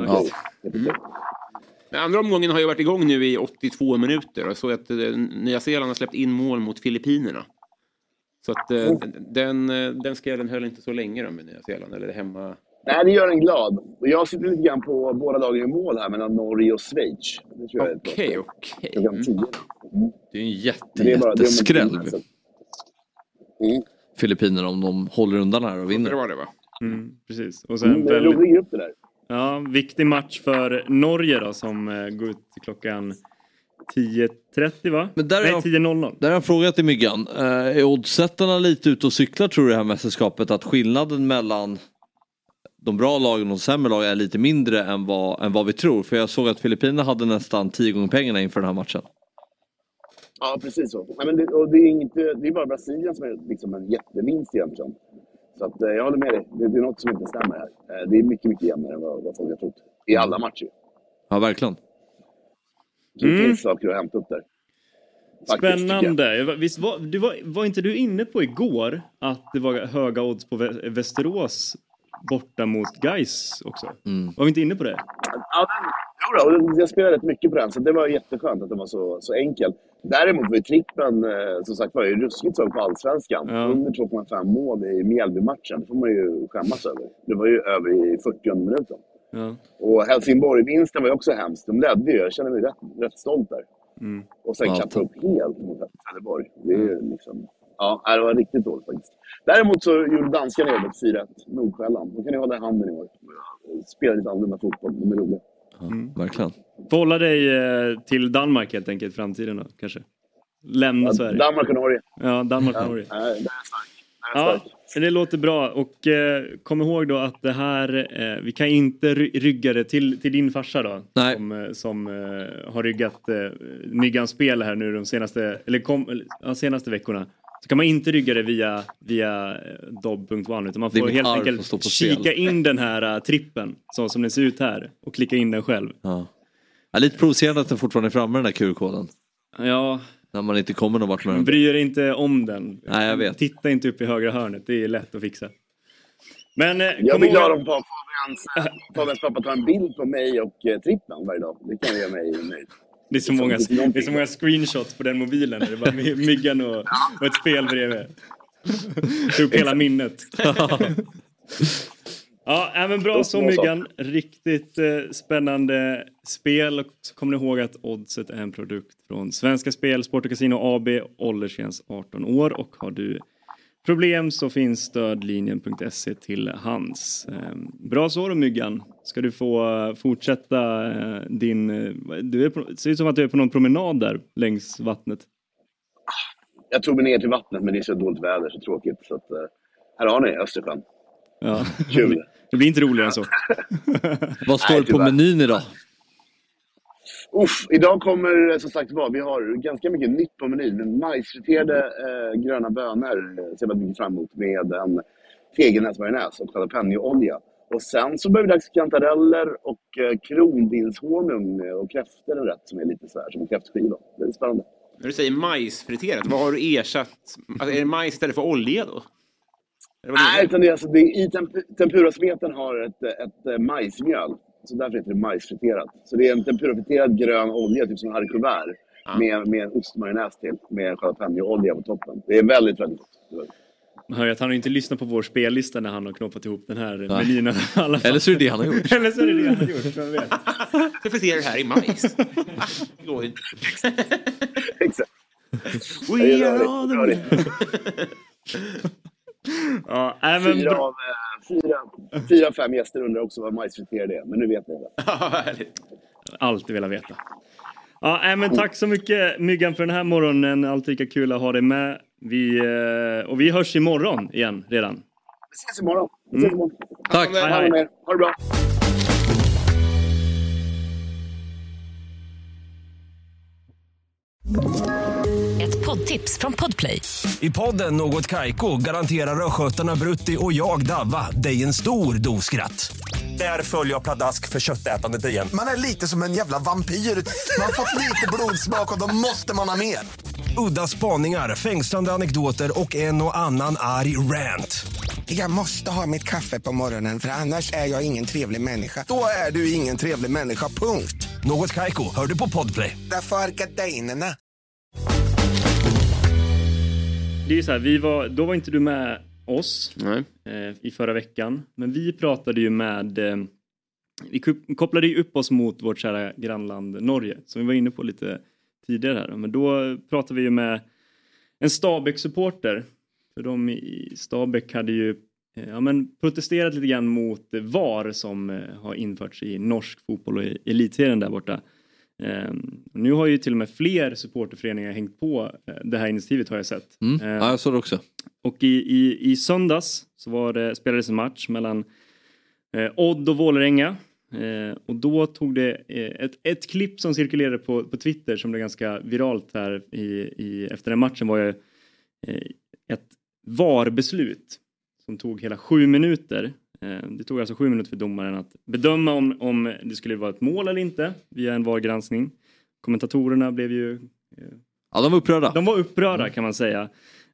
Men andra omgången har ju varit igång nu i 82 minuter. Och så att Nya Zeeland har släppt in mål mot Filippinerna. Så att den skrällen höll inte så länge då med Nya Zeeland, eller hemma. Nej, det gör en glad. Och jag sitter lite grann på båda lagen i mål här mellan Norge och Schweiz. Okej. Det är en jätteskräll. Filippinerna, om de håller undan här och vinner. Det var det, va? Precis. Och sen det är en rolig grupp det där. Ja, viktig match för Norge då, som går ut klockan 10.30, va? Men där 10.00. Där har jag frågat till Myggan. Är oddsättarna lite ute och cyklar, tror du, det här mästerskapet? Att skillnaden mellan de bra lagen och de sämre lagen är lite mindre än vad vi tror? För jag såg att Filippinerna hade nästan 10 gånger pengarna inför den här matchen. Ja, precis så. Nej, men det är bara Brasilien som är liksom en jättevinst egentligen. Så att, jag håller med dig. Det är något som inte stämmer här. Det är mycket, mycket jämnare än vad folk har trott. I alla matcher. Ja, verkligen. Det finns saker att hämta upp där. Faktiskt, spännande. Visst var inte du inne på igår att det var höga odds på Västerås borta mot Gais också. Var vi inte inne på det? Ja, jag spelade rätt mycket på den, så det var jätteskönt att det var så enkelt. Däremot var ju trippen, som sagt, var ju ruskigt svag på allsvenskan. Under 2,5 mål i Mjällby-matchen. Det får man ju skämmas över. Det var ju över i 40 minuten. Ja. Och Helsingborg-vinsten var ju också hemskt. De ledde ju, jag känner mig rätt stolt där. Och sen klappade upp helt mot Helsingborg. Det är ju liksom... Ja, det var riktigt dåligt faktiskt. Däremot så gjorde danskarna jobbet 4-1 Nordsjälland. Då kan ni hålla i handen i år. Spela lite annorlunda fotboll, de är roliga. Verkligen. Hålla dig till Danmark helt enkelt i framtiden då, kanske. Lämna Sverige. Danmark och Norge. Ja, Danmark och Norge. Det är starkt. Ja, det låter bra. Och kom ihåg då att det här, vi kan inte rygga det till din farsa då. Nej. Som har ryggat Myggans spel här nu de senaste veckorna. Så kan man inte rygga det via dob.one, utan man får helt enkelt kika in den här trippen så som den ser ut här och klicka in den själv. Ja. Lite provocerande att den fortfarande är framme, den där QR-koden. Ja. När man inte kommer någon vart med den. Bryr inte om den. Nej, jag vet. Titta inte upp i högra hörnet, det är lätt att fixa. Men jag blir glad om Fabians pappa tar en bild på mig och trippen varje dag. Det kan göra mig nöjd. Det är så många screenshots på den mobilen. Det är bara Myggan och ett spel bredvid. Ta upp hela minnet. Ja, men bra så Myggan. Riktigt spännande spel. Och så kommer ni ihåg att Oddset är en produkt från Svenska Spel, Sport och Casino AB, åldersgräns 18 år. Och har du problem så finns stödlinjen.se till hands. Bra så då Myggan. Ska du få fortsätta det ser ut som att du är på någon promenad där längs vattnet. Jag tog mig ner till vattnet, men det är så dåligt väder, så tråkigt. Så att, här har ni Östersjön. Ja. Kul. Det blir inte roligare än så. Vad står det på menyn idag? Idag kommer, som sagt vi har ganska mycket nytt på menyn. Men majsfriterade gröna bönor ser jag mycket fram emot med en tegelnäsmajonnäs och jalapeno-olja. Och sen så börjar vi dags kantareller och krondilshonung och kräftor och rätt som är lite så här som en kräftskiva. Det är spännande. När du säger majsfriterat, vad har du ersatt? Alltså, är det majs istället för olja då? Nej, utan det är alltså, i tempurasmeten har ett majsmjöl. Så därför heter det majsfriterat. Så det är en tempurafriterad grön olja, typ som harry couvert. Med en ostmajonnäs till. Med jalapeno-olja på toppen. Det är väldigt, väldigt gott. Man hör ju att han har inte lyssnat på vår spellista när han har knoppat ihop den här menyn. Eller så är det det han har gjort. Eller så är det det han har gjort, jag vet. Jag får se det här i majs. Exakt. We are all the way. Ja, även 4-5 gäster undrar också vad majsfriterad är. Men nu vet ni det. Alltid velat veta. Ja, men tack så mycket Myggan för den här morgonen. Alltid lika kul att ha dig med. Vi hörs imorgon igen redan. Vi ses imorgon. Tack. Hej. Ha det bra. Ett poddtips från Podplay. I podden Något Kaiko garanterar röskötarna Brutti och jag Davva dig en stor doskratt. Där följer jag pladask för köttätandet igen. Man är lite som en jävla vampyr. Man har fått lite blodsmak och då måste man ha mer. Udda spaningar, fängslande anekdoter och en och annan arg rant. Jag måste ha mitt kaffe på morgonen för annars är jag ingen trevlig människa. Då är du ingen trevlig människa, punkt. Något Kaiko, hör du på Podplay. Därför är gardinerna. Det är ju så här, då var inte du med oss i förra veckan. Men vi pratade ju vi kopplade ju upp oss mot vårt kära grannland Norge. Som vi var inne på lite tidigare här. Men då pratade vi ju med en Stabæk-supporter. För de i Stabæk hade ju protesterat lite grann mot VAR som har införts i norsk fotboll och i elitserien där borta. Nu har ju till och med fler supporterföreningar hängt på det här initiativet har jag sett. Ja, jag såg det också. Och i söndags så spelades en match mellan Odd och Vålerenga. Och då tog det ett klipp som cirkulerade på Twitter som blev ganska viralt här efter den matchen var ju ett VAR-beslut som tog hela 7 minuter. Det tog alltså 7 minuter för domaren att bedöma om det skulle vara ett mål eller inte via en VAR-granskning. Kommentatorerna blev ju... Ja, de var upprörda. De var upprörda kan man säga.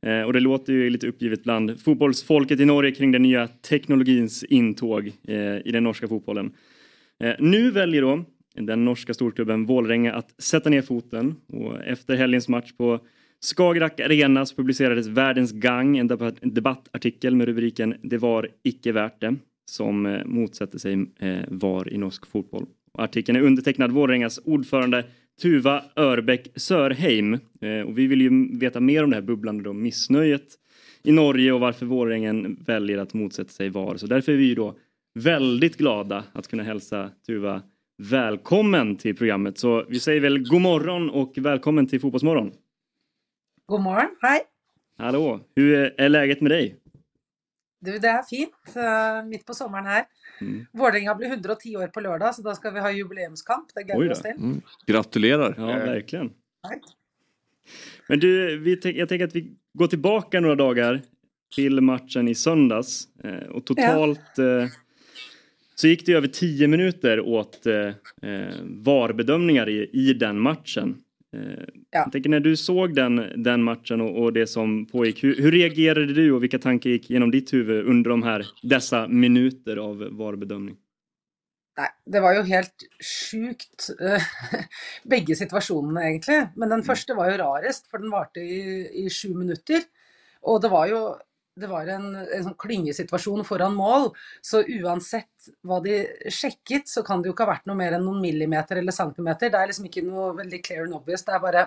Och det låter ju lite uppgivet bland fotbollsfolket i Norge kring den nya teknologins intåg i den norska fotbollen. Nu väljer då den norska storklubben Vålerenga att sätta ner foten. Och efter helgens match på Skagerrak Arena så publicerades Världens Gang en debattartikel med rubriken "Det var icke värt det", som motsätter sig VAR i norsk fotboll. Artikeln är undertecknad Vålerengas ordförande Tuva Ørbæk Sørheim. Och vi vill ju veta mer om det här bubblande och missnöjet i Norge och varför Vålerengen väljer att motsätta sig VAR. Så därför är vi ju då väldigt glada att kunna hälsa Tuva välkommen till programmet. Så vi säger väl god morgon och välkommen till Fotbollsmorgon. God morgon, hej. Hallå, hur är läget med dig? Du, det är fint, mitt på sommaren här. Vålerenga blir 110 år på lördag, så då ska vi ha jubileumskamp. Det gläder oss till. Gratulerar. Ja, verkligen. Tack. Men du, jag tänker att vi går tillbaka några dagar till matchen i söndags. Och totalt så gick det över 10 minuter åt VAR-bedömningar i den matchen. Jag tänker när du såg den matchen och det som pågick, hur reagerade du och vilka tankar gick genom ditt huvud under dessa minuter av VAR-bedömning? Nej, det var ju helt sjukt bägge situationerna egentligen, men den första var ju rarest för den varte i 7 minuter och det var en sån klingig situation foran mål, så oavsett vad de sjekket så kan det ju inte ha varit något mer än någon millimeter eller centimeter. Det är liksom inte något väldigt clear and obvious. Det är bara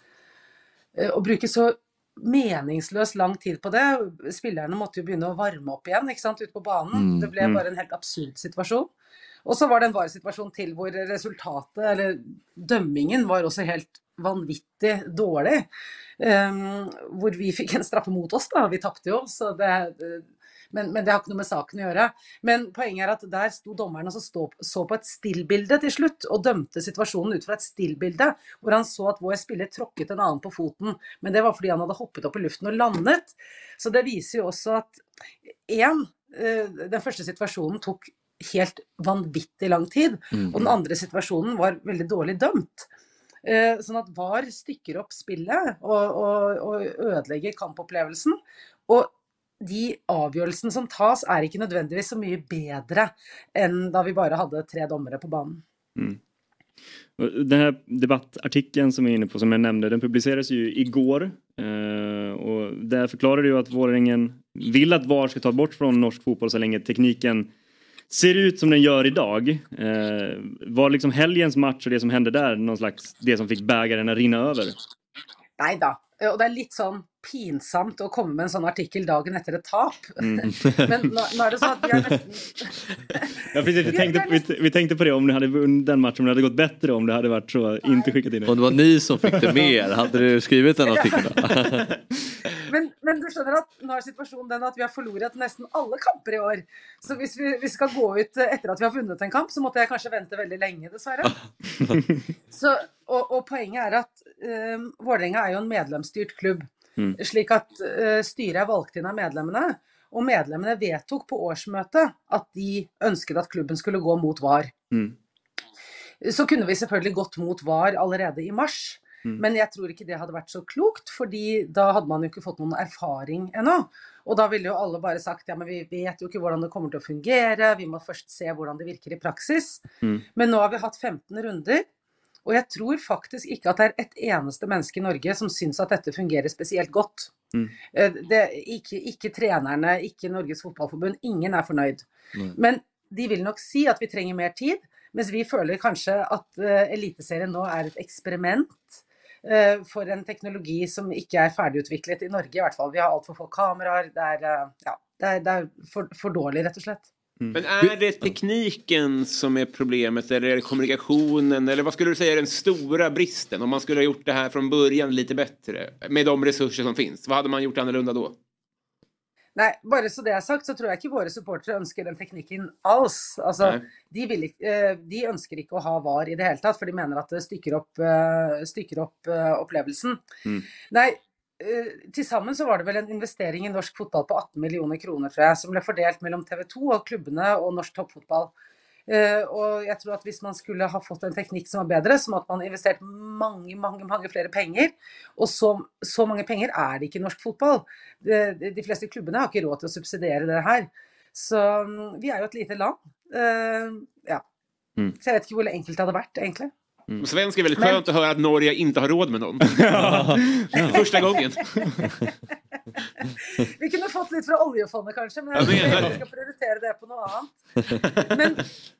att bruka så meningslöst lång tid på det. Spelarna måste ju börja varma upp igen, inte sant, ut på banan. Det blev bara en helt absurd situation. Och så var det en VAR-situation till hvor resultatet eller dömingen var också helt vanvittigt dålig. Hvor vi fick en straff mot oss då, vi tappade ju, så men det har inte något med saken att göra. Men poängen är att där stod domaren och så på ett stillbilde till slut och dömde situationen ut från ett stillbilde, hvor han så att vår spelare tråkket en annan på foten, men det var för att han hade hoppat upp i luften och landat. Så det visar ju också att den första situationen tog helt vanvittigt lång tid, och den andra situationen var väldigt dåligt dömt. Sånn at VAR stykker opp spillet og ødelegger kampopplevelsen. Og de avgjørelsene som tas er ikke nødvendigvis så mye bedre enn da vi bare hadde 3 dommere på banen. Den här debattartikeln som vi är inne på, som jag nämnde, den publicerades ju igår. Och där förklarar du att Vålerengen vill att VAR ska ta bort från norsk fotboll så länge tekniken ser ut som den gör idag. Var liksom helgens match och det som hände där någon slags det som fick bägaren att rinna över? Nej då. Och det är lite sån pinsamt att komma med en sån artikel dagen efter ett tap. Men nu är det så att vi är nästan... Ja, precis, vi tänkte på det om ni hade vunnit den matchen, om det hade gått bättre om det hade varit så, inte skickat in det. Om det var ni som fick det mer, hade du skrivit den artikeln då? Men du skjønner at nå er situasjonen den at vi har forlorat nästan alla kamper i år. Så hvis vi ska gå ut efter att vi har vunnit en kamp, så måste jag kanske vänta väldigt länge, dessvärre. Så, och poängen är att Vålerenga är ju en medlemsstyrt klubb. Slik at styret er valgt inn av medlemmene, og medlemmene vedtok på årsmøtet at de ønsket at klubben skulle gå mot VAR. Så kunne vi selvfølgelig gått mot VAR allerede i mars, men jeg tror ikke det hadde vært så klokt, fordi da hadde man jo ikke fått noen erfaring ennå. Og da ville jo alle bare sagt, ja, men vi vet jo ikke hvordan det kommer til å fungere, vi må først se hvordan det virker i praksis. Men nå har vi hatt 15 runder, og jeg tror faktisk ikke at det er et eneste menneske i Norge som synes at dette fungerer spesielt godt. Ikke trenerne, ikke Norges fotballforbund, ingen er fornøyd. Men de vil nok si at vi trenger mer tid, mens vi føler kanskje at eliteserien nå er et eksperiment for en teknologi som ikke er ferdigutviklet i Norge i hvert fall. Vi har alt for få kameraer, det er for dårlig rett og slett. Men är det tekniken som är problemet, eller är det kommunikationen, eller vad skulle du säga är den stora bristen om man skulle ha gjort det här från början lite bättre med de resurser som finns? Vad hade man gjort annorlunda då? Nej, bara så det är sagt så tror jag inte våra supportare önskar den tekniken alls. Alltså, de önskar inte att ha VAR i det hela tatt, för de menar att det stycker upp upplevelsen. Nej, tillsammans så var det väl en investering i norsk fotboll på 18 miljoner kronor, tror jag, som blev fördelt mellan TV2 och klubbarna och norsk toppfotboll. Og jeg tror at hvis man skulle ha fått en teknikk som var bedre, så måtte man investert mange flere penger. Og så mange penger er det ikke i norsk fotball. De fleste klubbene har ikke råd til å subsidiere det her. Så vi er jo et lite land. Ja. Så jeg vet ikke hvor enkelt det hadde vært, egentlig. Svensk är väldigt skönt att höra att Norge inte har råd med någon. Första gången. Vi kunne fått litt fra oljefondet kanskje, men jeg tror vi skal prioritere det på noe annet.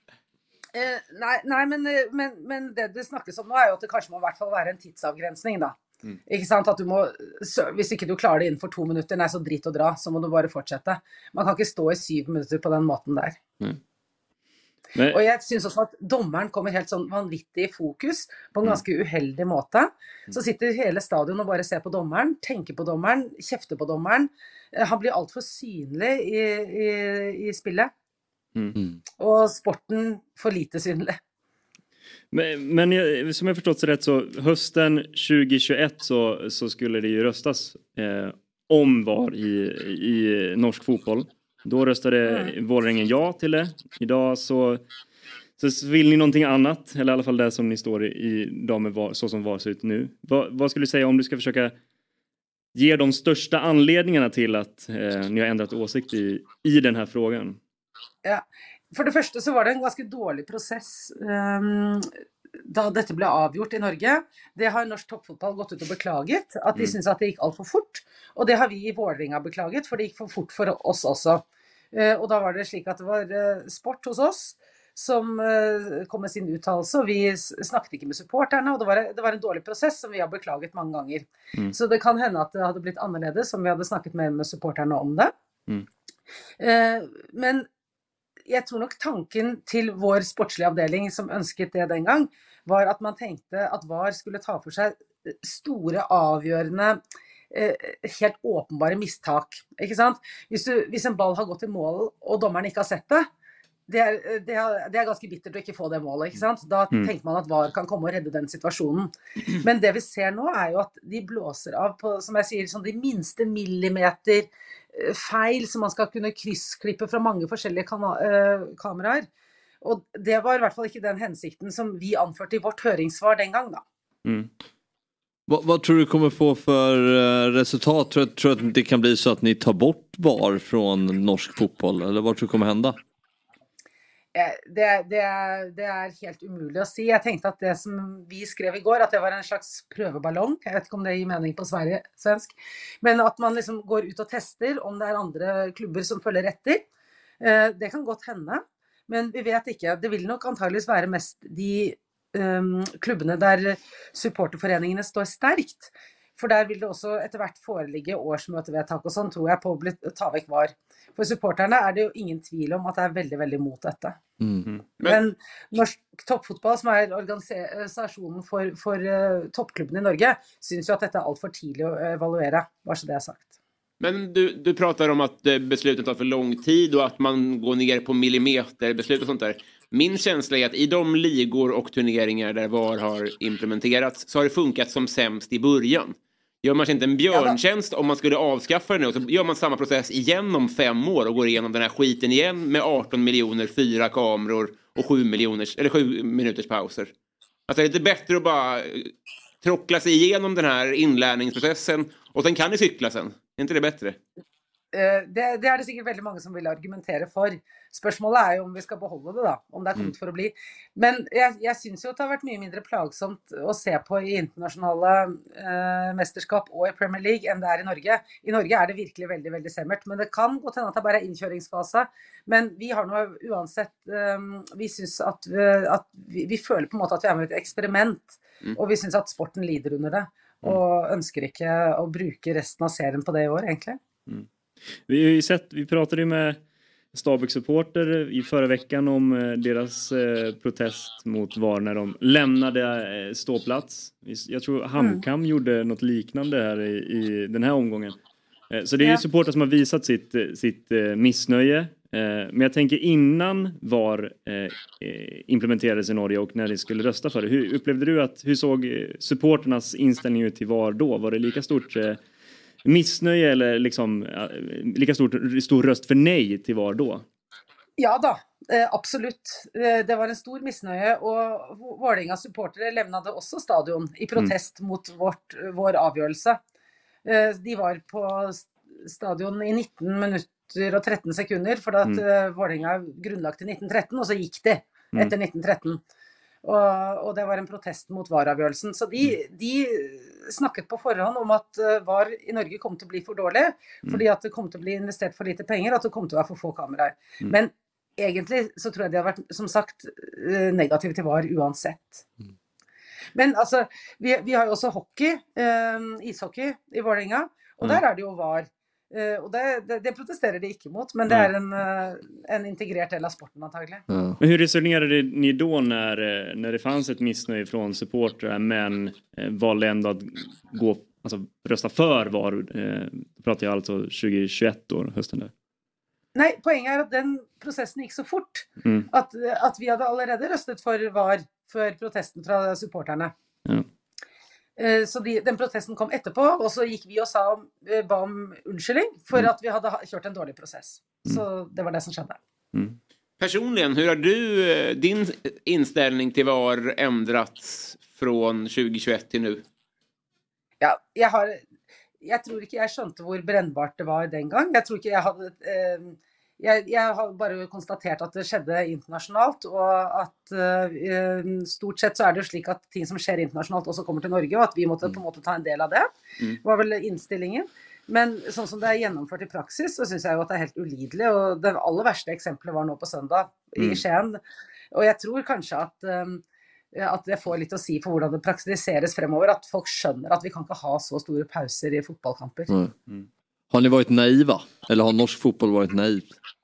Men det det snakkes om nå er jo at det kanskje må i hvert fall være en tidsavgrensning da. Ikke sant? At du må, hvis ikke du klarer det innenfor 2 minutter, nei så dritt og dra, så må du bare fortsette. Man kan ikke stå i 7 minutter på den måten der. Og jeg synes også at dommeren kommer helt sånn vanvittig i fokus på en ganske uheldig måte. Så sitter hele stadion og bare ser på dommeren, tenker på dommeren, kjefter på dommeren. Han blir alt for synlig i spillet. Och sporten för lite synlig. Men som jag förstått så rätt så hösten 2021 så skulle det ju röstas om VAR i norsk fotboll. Då röstade Vålerengen ja till det. Idag så vill ni någonting annat, eller i alla fall det som ni står i idag med VAR, så som VAR ser ut nu. Vad skulle du säga om du ska försöka ge de största anledningarna till att ni har ändrat åsikt i den här frågan? Ja, för det första så var det en ganska dålig process da dette ble avgjort i Norge. Det har norsk toppfotball gått ut og beklaget, at de synes at det gikk alt for fort. Og det har vi i Vålerenga beklaget, for det gikk for fort for oss også. Og da var det slik at det var sport hos oss som kom med sin uttalelse, og vi snakket ikke med supporterne, og det var en dårlig prosess som vi har beklaget mange ganger. Så det kan hende at det hadde blitt annerledes om vi hadde snakket mer med supporterne om det. Men jeg tror nok tanken til vår sportslige avdeling som ønsket det den gang, var at man tenkte at VAR skulle ta for seg store, avgjørende, helt åpenbare mistak. Ikke sant? Hvis en ball har gått i mål, og dommeren ikke har sett det, det er ganske bittert å ikke få det målet, ikke sant? Da tenker man at VAR kan komme og redde den situasjonen. Men det vi ser nå er jo at de blåser av på, som jeg sier, sånn de minste millimeter feil som man skal kunne kryssklippe fra mange forskjellige kameraer. Og det var i hvert fall ikke den hensikten som vi anførte i vårt høringssvar den gang da. Vad tror du kommer få för resultat? Tror du att det kan bli så att ni tar bort VAR från norsk fotboll? Eller vad tror du kommer hända? Det er helt umulig å si. Jeg tenkte at det som vi skrev i går, at det var en slags prøveballong. Jeg vet ikke om det gir mening på svensk. Men at man liksom går ut og tester om det er andre klubber som følger etter. Det kan godt hende. Men vi vet ikke. Det vil nok antageligvis være mest de klubbene der supporterforeningene står sterkt. For der vil det også etter hvert foreligge årsmøtevedtak og sånn, tror jeg, på å ta vekk VAR. For supporterne er det jo ingen tvil om at det er veldig, veldig mot dette. Men norsk toppfotball, som er organisasjonen for toppklubben i Norge, synes jo at dette er alt for tidlig å evaluere, bare så det er sagt. Men du pratar om att besluten tar för lång tid och att man går ner på millimeterbeslut och sånt där. Min känsla är att i de ligor och turneringar där VAR har implementerats så har det funkat som sämst i början. Gör man sig inte en björntjänst om man skulle avskaffa det nu, så gör man samma process igen om 5 år och går igenom den här skiten igen med 18 miljoner, 4 kameror och 7 minuters pauser. Alltså är det bättre att bara trockla sig igenom den här inlärningsprocessen och sen kan ni cykla sen? Är inte det bättre? Det er det sikkert veldig mange som vil argumentere for. Spørsmålet er jo om vi skal beholde det da, om det er kommet for å bli. Men jeg synes jo at det har vært mye mindre plagsomt å se på i internasjonale mesterskap og i Premier League enn det er i Norge. I Norge er det virkelig veldig, veldig semmert, men det kan godt hende at det bare er innkjøringsfase. Men vi har nå uansett, vi synes at vi føler på en måte at vi er med i et eksperiment, og vi synes at sporten lider under det, og ønsker ikke å bruke resten av serien på det i år, egentlig. Vi har ju sett, vi pratade ju med Stabæk-supporter i förra veckan om deras protest mot VAR när de lämnade ståplats. Jag tror Hamkam gjorde något liknande här i den här omgången. Så det är ju supporter som har visat sitt missnöje. Men jag tänker innan VAR implementerades i Norge och när de skulle rösta för det. Hur upplevde du hur såg supporternas inställning ut till VAR då? Var det lika stort missnöje eller liksom lika stor röst för nej till VAR då? Ja då, Absolutt. Det var en stor misnøye, og Vålerengas supportere levnet også stadion i protest mot vår avgjørelse. De var på stadion i 19 minutter og 13 sekunder, for at Vålerenga grunnlagt i 1913, og så gikk de etter 1913. Og det var en protest mot VAR-avgjørelsen. Så de snakket på forhånd om at VAR i Norge kom til å bli for dårlig, fordi at det kom til å bli investert for lite penger, at det kom til å være for få kameraer. Men egentlig så tror jeg de har vært, som sagt, negative til VAR uansett. Men altså, vi har jo også hockey, ishockey i Vålerenga, og der det jo VAR. Och det protesterar de inte mot, men det är en integrerad del av sporten antagligen. Ja. Men hur resonerade ni då när det fanns ett missnöje från supportrar men valde ändå att gå, alltså rösta för VAR? Pratar jag alltså 2021 då, hösten där? Nej, poängen är att den processen gick så fort att vi hade allerede röstat för VAR för protesten från supporterna. Ja. Så den protesten kom etterpå, og så gikk vi og ba om unnskyldning for at vi hadde kjørt en dårlig prosess. Så det var det som skjedde. Personligen, hur har din inställning till VAR ändrats från 2021 till nu? Ja, jeg tror ikke jeg skjønte hvor brennbart det var den gang. Jeg tror ikke jeg hadde... Jeg har bare konstatert at det skjedde internasjonalt, og at stort sett så det jo slik at ting som skjer internasjonalt også kommer til Norge, og at vi måtte på en måte ta en del av det. Det var vel innstillingen. Men sånn som det gjennomført i praksis, så synes jeg jo at det helt ulidelig, og det aller verste eksempelet var nå på søndag i Skien. Og jeg tror kanskje at det får litt å si for hvordan det praktiseres fremover, at folk skjønner at vi kan ikke ha så store pauser i fotballkamper. Har ni varit naiva? Eller har norsk fotboll varit naiv?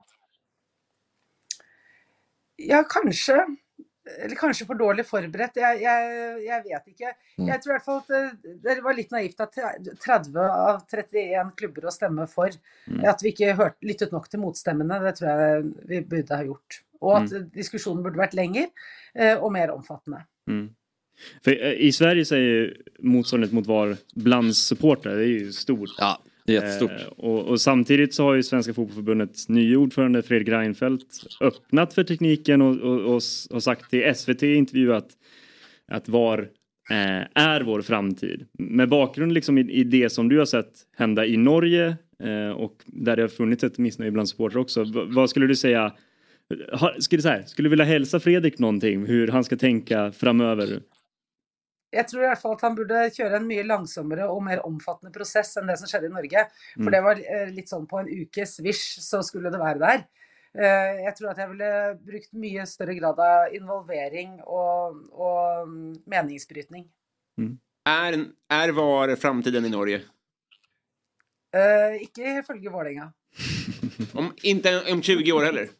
Ja, kanskje. Eller kanskje for dårlig forberedt. Jeg vet ikke. Jeg tror i hvert fall at det var litt naivt at 30 av 31 klubber å stemme for. At vi ikke lyttet nok til motstemmene, det tror jeg vi burde ha gjort. Og at diskusjonen burde vært lenger og mer omfattende. För i Sverige så är ju motståndet mot VAR bland supportrar, det är ju stort. Ja. Jättestort. Och samtidigt så har ju Svenska fotbollförbundets nya ordförande Fredrik Reinfeldt öppnat för tekniken och sagt till SVT intervjuat att VAR är vår framtid. Med bakgrund liksom i det som du har sett hända i Norge och där det har funnits ett missnöje bland supportrar också. Vad skulle du säga? Skulle du vilja hälsa Fredrik någonting? Hur han ska tänka framöver? Jeg tror i hvert fall at han burde kjøre en mye langsommere og mer omfattende prosess enn det som skjedde i Norge. For det var litt sånn på en uke svish, så skulle det være der. Jeg tror at jeg ville brukt mye større grad av involvering og meningsbrytning. Er VAR framtiden i Norge? Ikke ifølge Vålerenga. Inte om 20 år heller?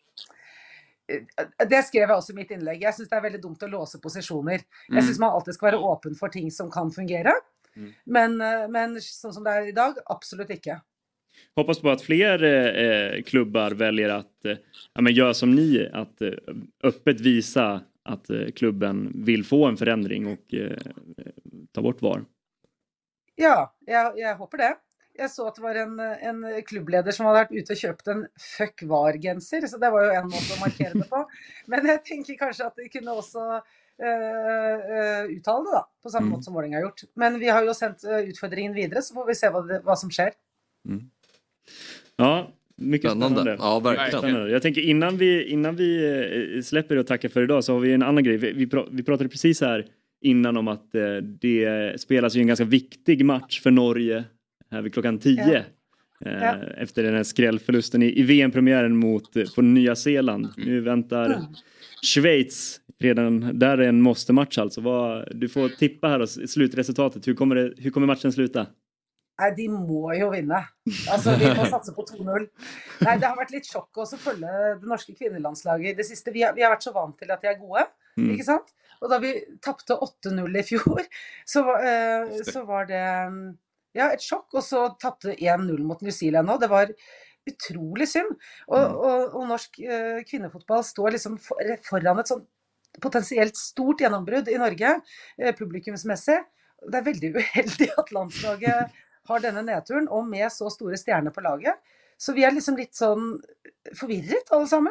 Det skrev jeg også i mitt innlegg. Jeg synes det veldig dumt å låse posisjoner. Jeg synes man alltid skal være åpen for ting som kan fungere. Men sånn som det i dag, absolutt ikke. Hoppas på att fler klubbar väljer att göra som ni, att öppet visa att klubben vill få en förändring och ta bort VAR. Ja, jeg håper det. Jeg så at det var en klubbleder som hadde vært ute og kjøpt en fuck VAR-genser, så det var jo en måte å markere det på. Men jeg tenker kanskje at de kunne også uttale det da, på samme måte som Vålerenga har gjort. Men vi har jo sendt utfordringen videre, så får vi se vad som skjer. Ja, mycket spännande. Ja, verkligen. Jag tänker innan vi släpper och tackar för idag så har vi en annan grej. Vi pratade precis här innan om att det spelas ju en ganska viktig match för Norge här vid klockan 10 efter den här skrällförlusten i VM-premiären på Nya Zeeland. Nu väntar Schweiz redan, där är en måste-match alltså. Du får tippa här då, slutresultatet. Hur kommer matchen sluta? Nej, de må jo vinne. Altså, vi må satse på 2-0. Nei, det har vært litt sjokk også å følge det norske kvinnelandslaget i det siste. Vi har vært så vant til at de er gode, ikke sant? Og da vi tappte 8-0 i fjor, så var det et sjokk, og så tappte 1-0 mot New Zealand nå. Det var utrolig synd. Og norsk kvinnefotball står liksom foran et sånn potensielt stort gjennombrudd i Norge, publikumsmessig. Det er veldig uheldig at landslaget har denne nedturen, og med så store stjerner på laget. Så vi er liksom litt sånn forvirret alle sammen.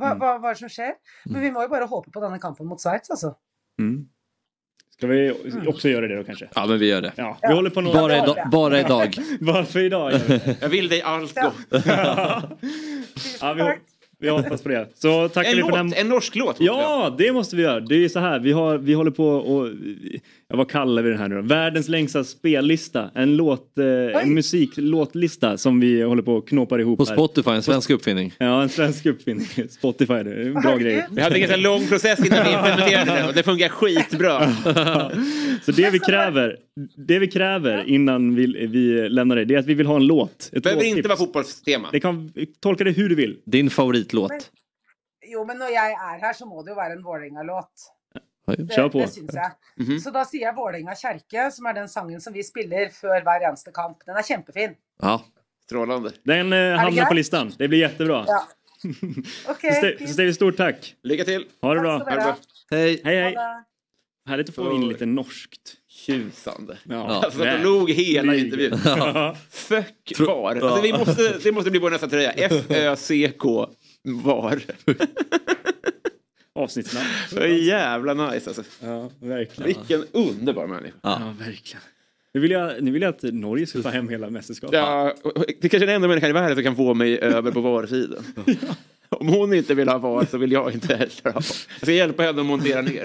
Hva er det som skjer? Men vi må jo bare håpe på denne kampen mot Schweiz, altså. Ska vi också göra det då kanske? Ja, men vi gör det. Ja, vi håller på några... Bara idag. Varför idag? Jag vill dig allt gott. Ja, vi hoppas på det. Så tackar vi för den. En norsk låt. Ja, det måste vi göra. Det är ju så här, vi håller på och vad kallar vi den här nu då? Världens längsta spellista. En musiklåtlista som vi håller på och knåpar ihop på här. Spotify, en svensk uppfinning. Ja, en svensk uppfinning. Spotify, det är en bra grej. Vi hade en ganska lång process innan vi implementerade den och det funkar skitbra. Så det vi kräver innan vi lämnar det är att vi vill ha en låt. Det behöver inte vara fotbollstema. Det kan tolka det hur du vill. Din favoritlåt. Jo, men när jag är här så må det ju vara en Vålerenga-låt. Kör på. Det syns jag. Så då säger jag Vålerenga kärke, som är den sången som vi spelar för varje eneste kamp. Den är jättefin. Ja. Strålande. Den hamnar på listan. Det blir jättebra. Ja. Okej. Så säger vi stort tack. Lycka till. Ha det bra. Hej. Hej. Härligt att få in lite norskt. Tjusande. Ja. Alltså att de låg hela intervjun. Fuck var. Alltså, det måste bli vår nästa tröja. FÖCK var. Avsnittsnamn. Det är jävla nice alltså. Ja, verkligen. Vilken underbar människa. Ja, verkligen. Nu vill jag att Norge ska ta hem hela mästerskapet. Ja, det kanske är den enda människan i världen som kan få mig över på VAR-sidan. Om hon inte vill ha VAR så vill jag inte heller ha. Jag ska hjälpa henne att montera ner.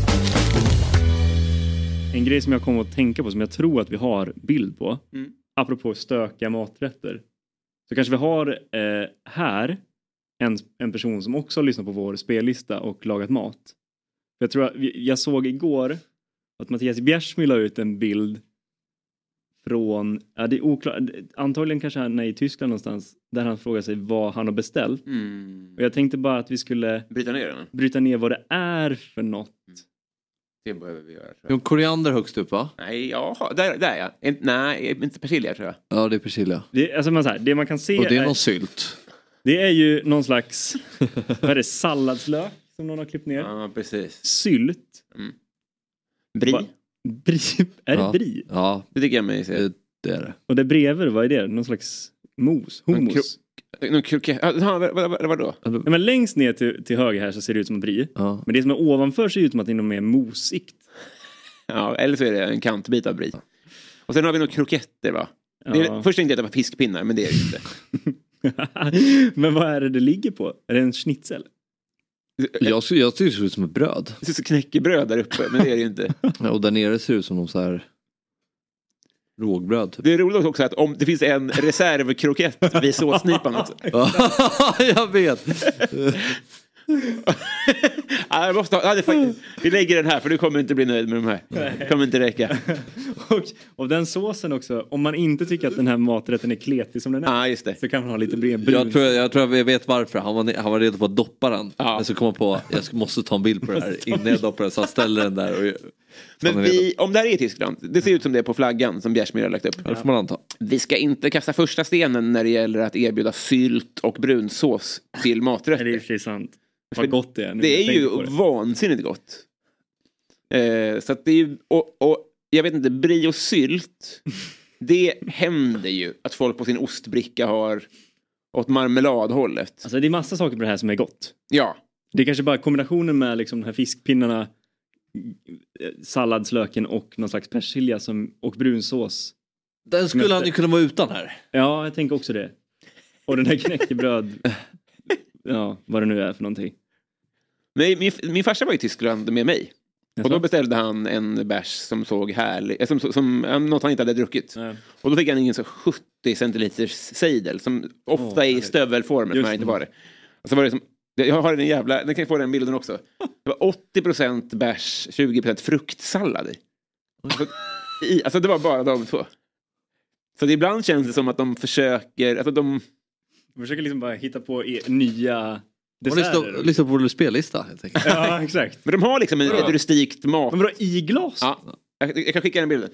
En grej som jag kommer att tänka på som jag tror att vi har bild på. Apropå stökiga maträtter. Så kanske vi har här en person som också har lyssnat på vår spellista och lagat mat. Jag tror jag såg igår att Mattias Bjärsmyr la ut en bild från, det är oklart, antagligen kanske han är i Tyskland någonstans, där han frågar sig vad han har beställt. Och jag tänkte bara att vi skulle bryta ner vad det är för något. Det behöver vi göra. Jo, koriander högst upp, va? Nej, där är jag. Nej, inte persilja tror jag. Ja, det är persilja. Det man kan se och det är någon sylt. Det är ju någon slags vad är det, salladslök som någon har klippt ner. Ja, precis. Sylt. Brie. Är det brie? Ja, det tycker jag mig se. Det är det. Och det bredvid, vad är det? Någon slags hummus? Vadå? Men längst ner till höger här så ser det ut som en brie. Ja. Men det som är ovanför ser ut som att det är något mer mosigt. Ja, eller så är det en kantbit av brie. Och sen har vi nog kroketter, va? Ja. Först tänkte jag att det var fiskpinnar, men det är det inte. Men vad är det ligger på? Är det en schnitzel? Jag tycker det ser ut som ett bröd. Det ser ut som knäckebröd där uppe, men det är det ju inte. Ja, och där nere ser det ut som någon så här rågbröd. Typ. Det är roligt också att om det finns en reservkrokett vid såsnipan också. Jag vet. Vi lägger den här för du kommer inte bli nöjd med de här. Det kommer inte räcka. Och den såsen också, om man inte tycker att den här maträtten är kletig som den är, just det. Så kan man ha lite brun. Jag tror jag vet varför. Han var redo på att doppa den. Men så kom han på jag måste ta en bild på det här innan jag doppar den. Så han ställer den där. Men om det här är i Tyskland, det ser ut som det är på flaggan som Bjärsmyr har lagt upp. Det får man anta. Vi ska inte kasta första stenen när det gäller att erbjuda sylt och brunsås till maträtter. Det är ju sant. Vad gott det är. Det är ju vansinnigt gott. Så att det är ju, och jag vet inte, brie och sylt, det händer ju att folk på sin ostbricka har åt marmeladhållet. Alltså det är massa saker på det här som är gott. Ja. Det är kanske bara kombinationen med liksom de här fiskpinnarna, salladslöken och någon slags persilja och brunsås. Den skulle han ju kunna vara utan här. Ja, jag tänker också det. Och den här knäckebröd, ja, vad det nu är för någonting. Nej, min farsa var i Tyskland med mig. Och då beställde han en bärs som såg härlig, som något han inte hade druckit. Och då fick han ingen så 70 centiliters sejdel som ofta är i stövelformen, men inte var det. Och så var det som, jag har en jävla, den kan jag få den bilden också. Det var 80% bärs, 20% fruktsallad i. Alltså det var bara de två. Så ibland känns det som att de försöker, alltså de försöker liksom bara hitta på nya desserter. Lyssna på vår spellista helt enkelt. Ja, exakt. Men de har liksom ett rustikt mat. Men vadå, i glas? Ja, jag kan skicka den bilden.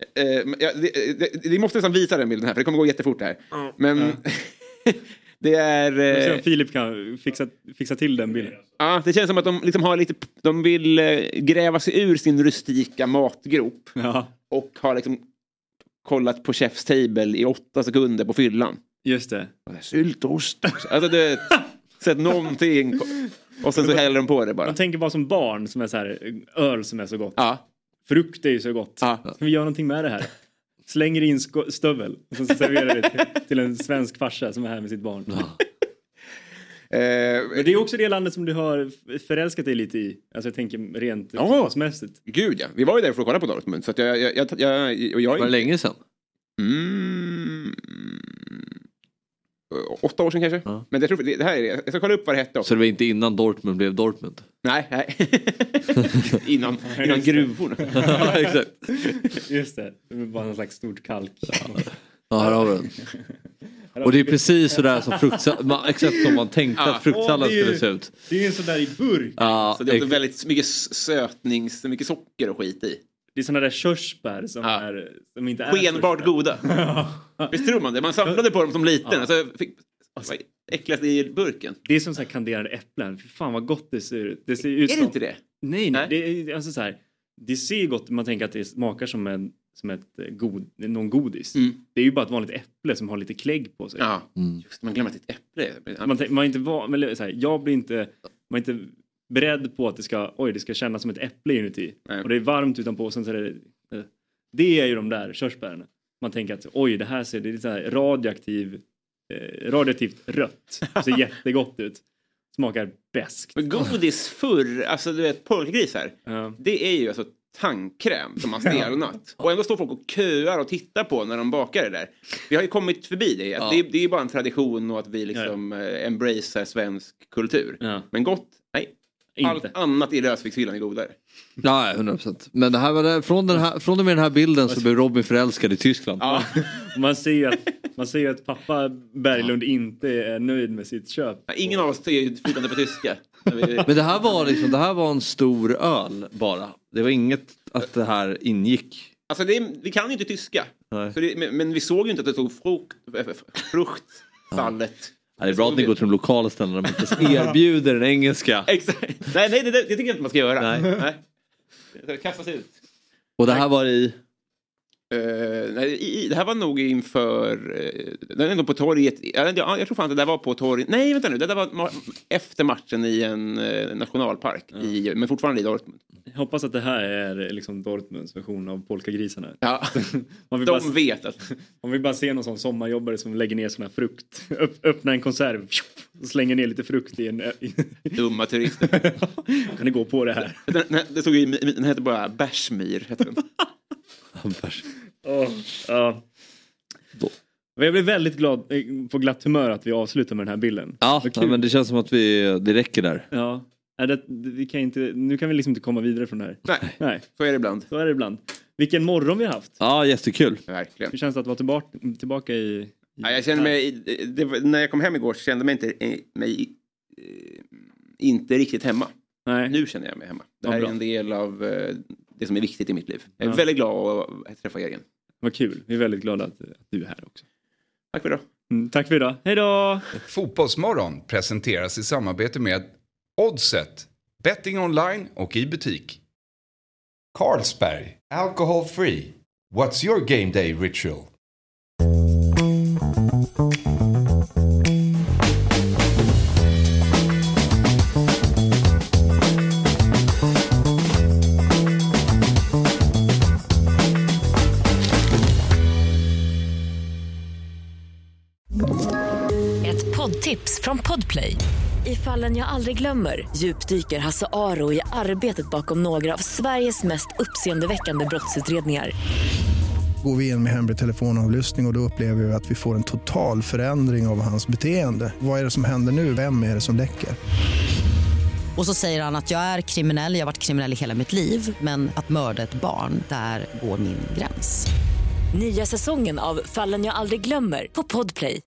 Vi måste nästan visa den bilden här, för det kommer gå jättefort här. Men det är... Filip kan fixa till den bilden. Ja, det känns som att de liksom har lite... De vill gräva sig ur sin rustika matgrop. Ja. Och har liksom kollat på Chef's Table i 8 sekunder på fyllan. Just det. Syltost. Alltså det... sett någonting. Och sen så häller de på det bara. Man tänker bara som barn som är så här, öl som är så gott. Ja. Frukt är ju så gott. Ja. Ska vi göra någonting med det här? Slänger in stövel och sen serverar det till en svensk farsa som är här med sitt barn. Men det är också det landet som du har förälskat dig lite i. Alltså jag tänker rent kostmässigt. Gud ja, vi var ju där för att kolla på Dortmund. Så att jag var det länge sedan? 8 år sedan kanske. Ja. Men jag tror det här är, jag ska kolla upp vad det hette också. Så det var inte innan Dortmund blev Dortmund? Nej. innan gruvorna. Ja, exakt. Just det. Det var bara en slags stort kalk. Ja, här har vi den. Och det är precis sådär som exakt som man tänkte att fruktsallad skulle se ut. Det är ju en sån där i burk. Ja, så det är väldigt mycket mycket socker och skit i. Det är såna där körsbär som inte är skenbart goda. Visst tror man det? Man samlade på dem som liten. Alltså, äcklas i burken. Det är som så här kanderade äpplen. Fy fan vad gott det ser ut. Det ser ut är det inte det? Nej. Det är alltså så här. Det ser gott. Man tänker att det smakar som någon godis. Det är ju bara ett vanligt äpple som har lite klägg på sig. Ja, just man glömmer att det är ett äpple. Man är inte men så här, man är inte beredd på att det ska kännas som ett äpple inuti. Nej. Och det är varmt utanpå och sen så är det är ju de där körsbärna. Man tänker att det här ser det är så här radioaktivt rött. Det ser jättegott ut. Smakar bäst. Men godis förr, alltså du vet polkagris här. Ja. Det är ju alltså tandkräm som har stelnat. Och ändå står folk och köar och tittar på när de bakar det där. Vi har ju kommit förbi det. Ja. Det är bara en tradition och att vi liksom embracear svensk kultur. Ja. Men gott, nej. Inte. Allt annat i rösvikshyllan är godare. Ja, 100%. Men det här var från och med den här bilden så blev Robin förälskad i Tyskland. Ja. Man ser ju att pappa Berglund inte är nöjd med sitt köp. Ja, ingen av oss är flytande på tyska. Men det här var en stor öl bara. Det var inget att det här ingick. Alltså vi kan ju inte tyska. Men vi såg ju inte att det stod fruktsallet. Ja, det är bra att ni går till de lokala ställena men inte erbjuder den engelska. Exakt. Nej, det tycker jag inte man ska göra. Nej. Det kastas ut. Och det här var i? Det här var nog inför den är ändå på torget. Jag tror fan att det där var på torget. Nej, vänta nu. Det där var efter matchen i en nationalpark men fortfarande i Dortmund. Jag hoppas att det här är liksom Dortmunds version av polkagrisarna. Ja. Vet att man vill bara se någon sån sommarjobbare som lägger ner sån här frukt. Öppna en konserv och slänger ner lite frukt i en dumma turister. Kan det gå på det här? Det stod den heter bara Bärsmyr heter den. Jag blev väldigt glad på glatt humör att vi avslutar med den här bilden. Ja, men det känns som att det räcker där. Ja. Nu kan vi liksom inte komma vidare från det här. Nej. Så är det ibland. Vilken morgon vi har haft. Ja, jättekul. Verkligen. Hur känns det att vara tillbaka i jag kände mig när jag kom hem igår så kände mig inte riktigt hemma. Nej. Nu känner jag mig hemma. Det här är en del av det som är viktigt i mitt liv. Jag är väldigt glad att träffa er igen. Vad kul. Vi är väldigt glada att du är här också. Tack för idag. Tack för idag. Hej då! Fotbollsmorgon presenteras i samarbete med Oddset, betting online och i butik. Carlsberg, alcohol free. What's your game day ritual? Ett poddtips från Podplay. I Fallen jag aldrig glömmer djupdyker Hasse Aro i arbetet bakom några av Sveriges mest uppseendeväckande brottsutredningar. Går vi in med hemlig telefonavlyssning och då upplever vi att vi får en total förändring av hans beteende. Vad är det som händer nu? Vem är det som läcker? Och så säger han att jag är kriminell, jag har varit kriminell i hela mitt liv. Men att mörda ett barn, där går min gräns. Nya säsongen av Fallen jag aldrig glömmer på Podplay.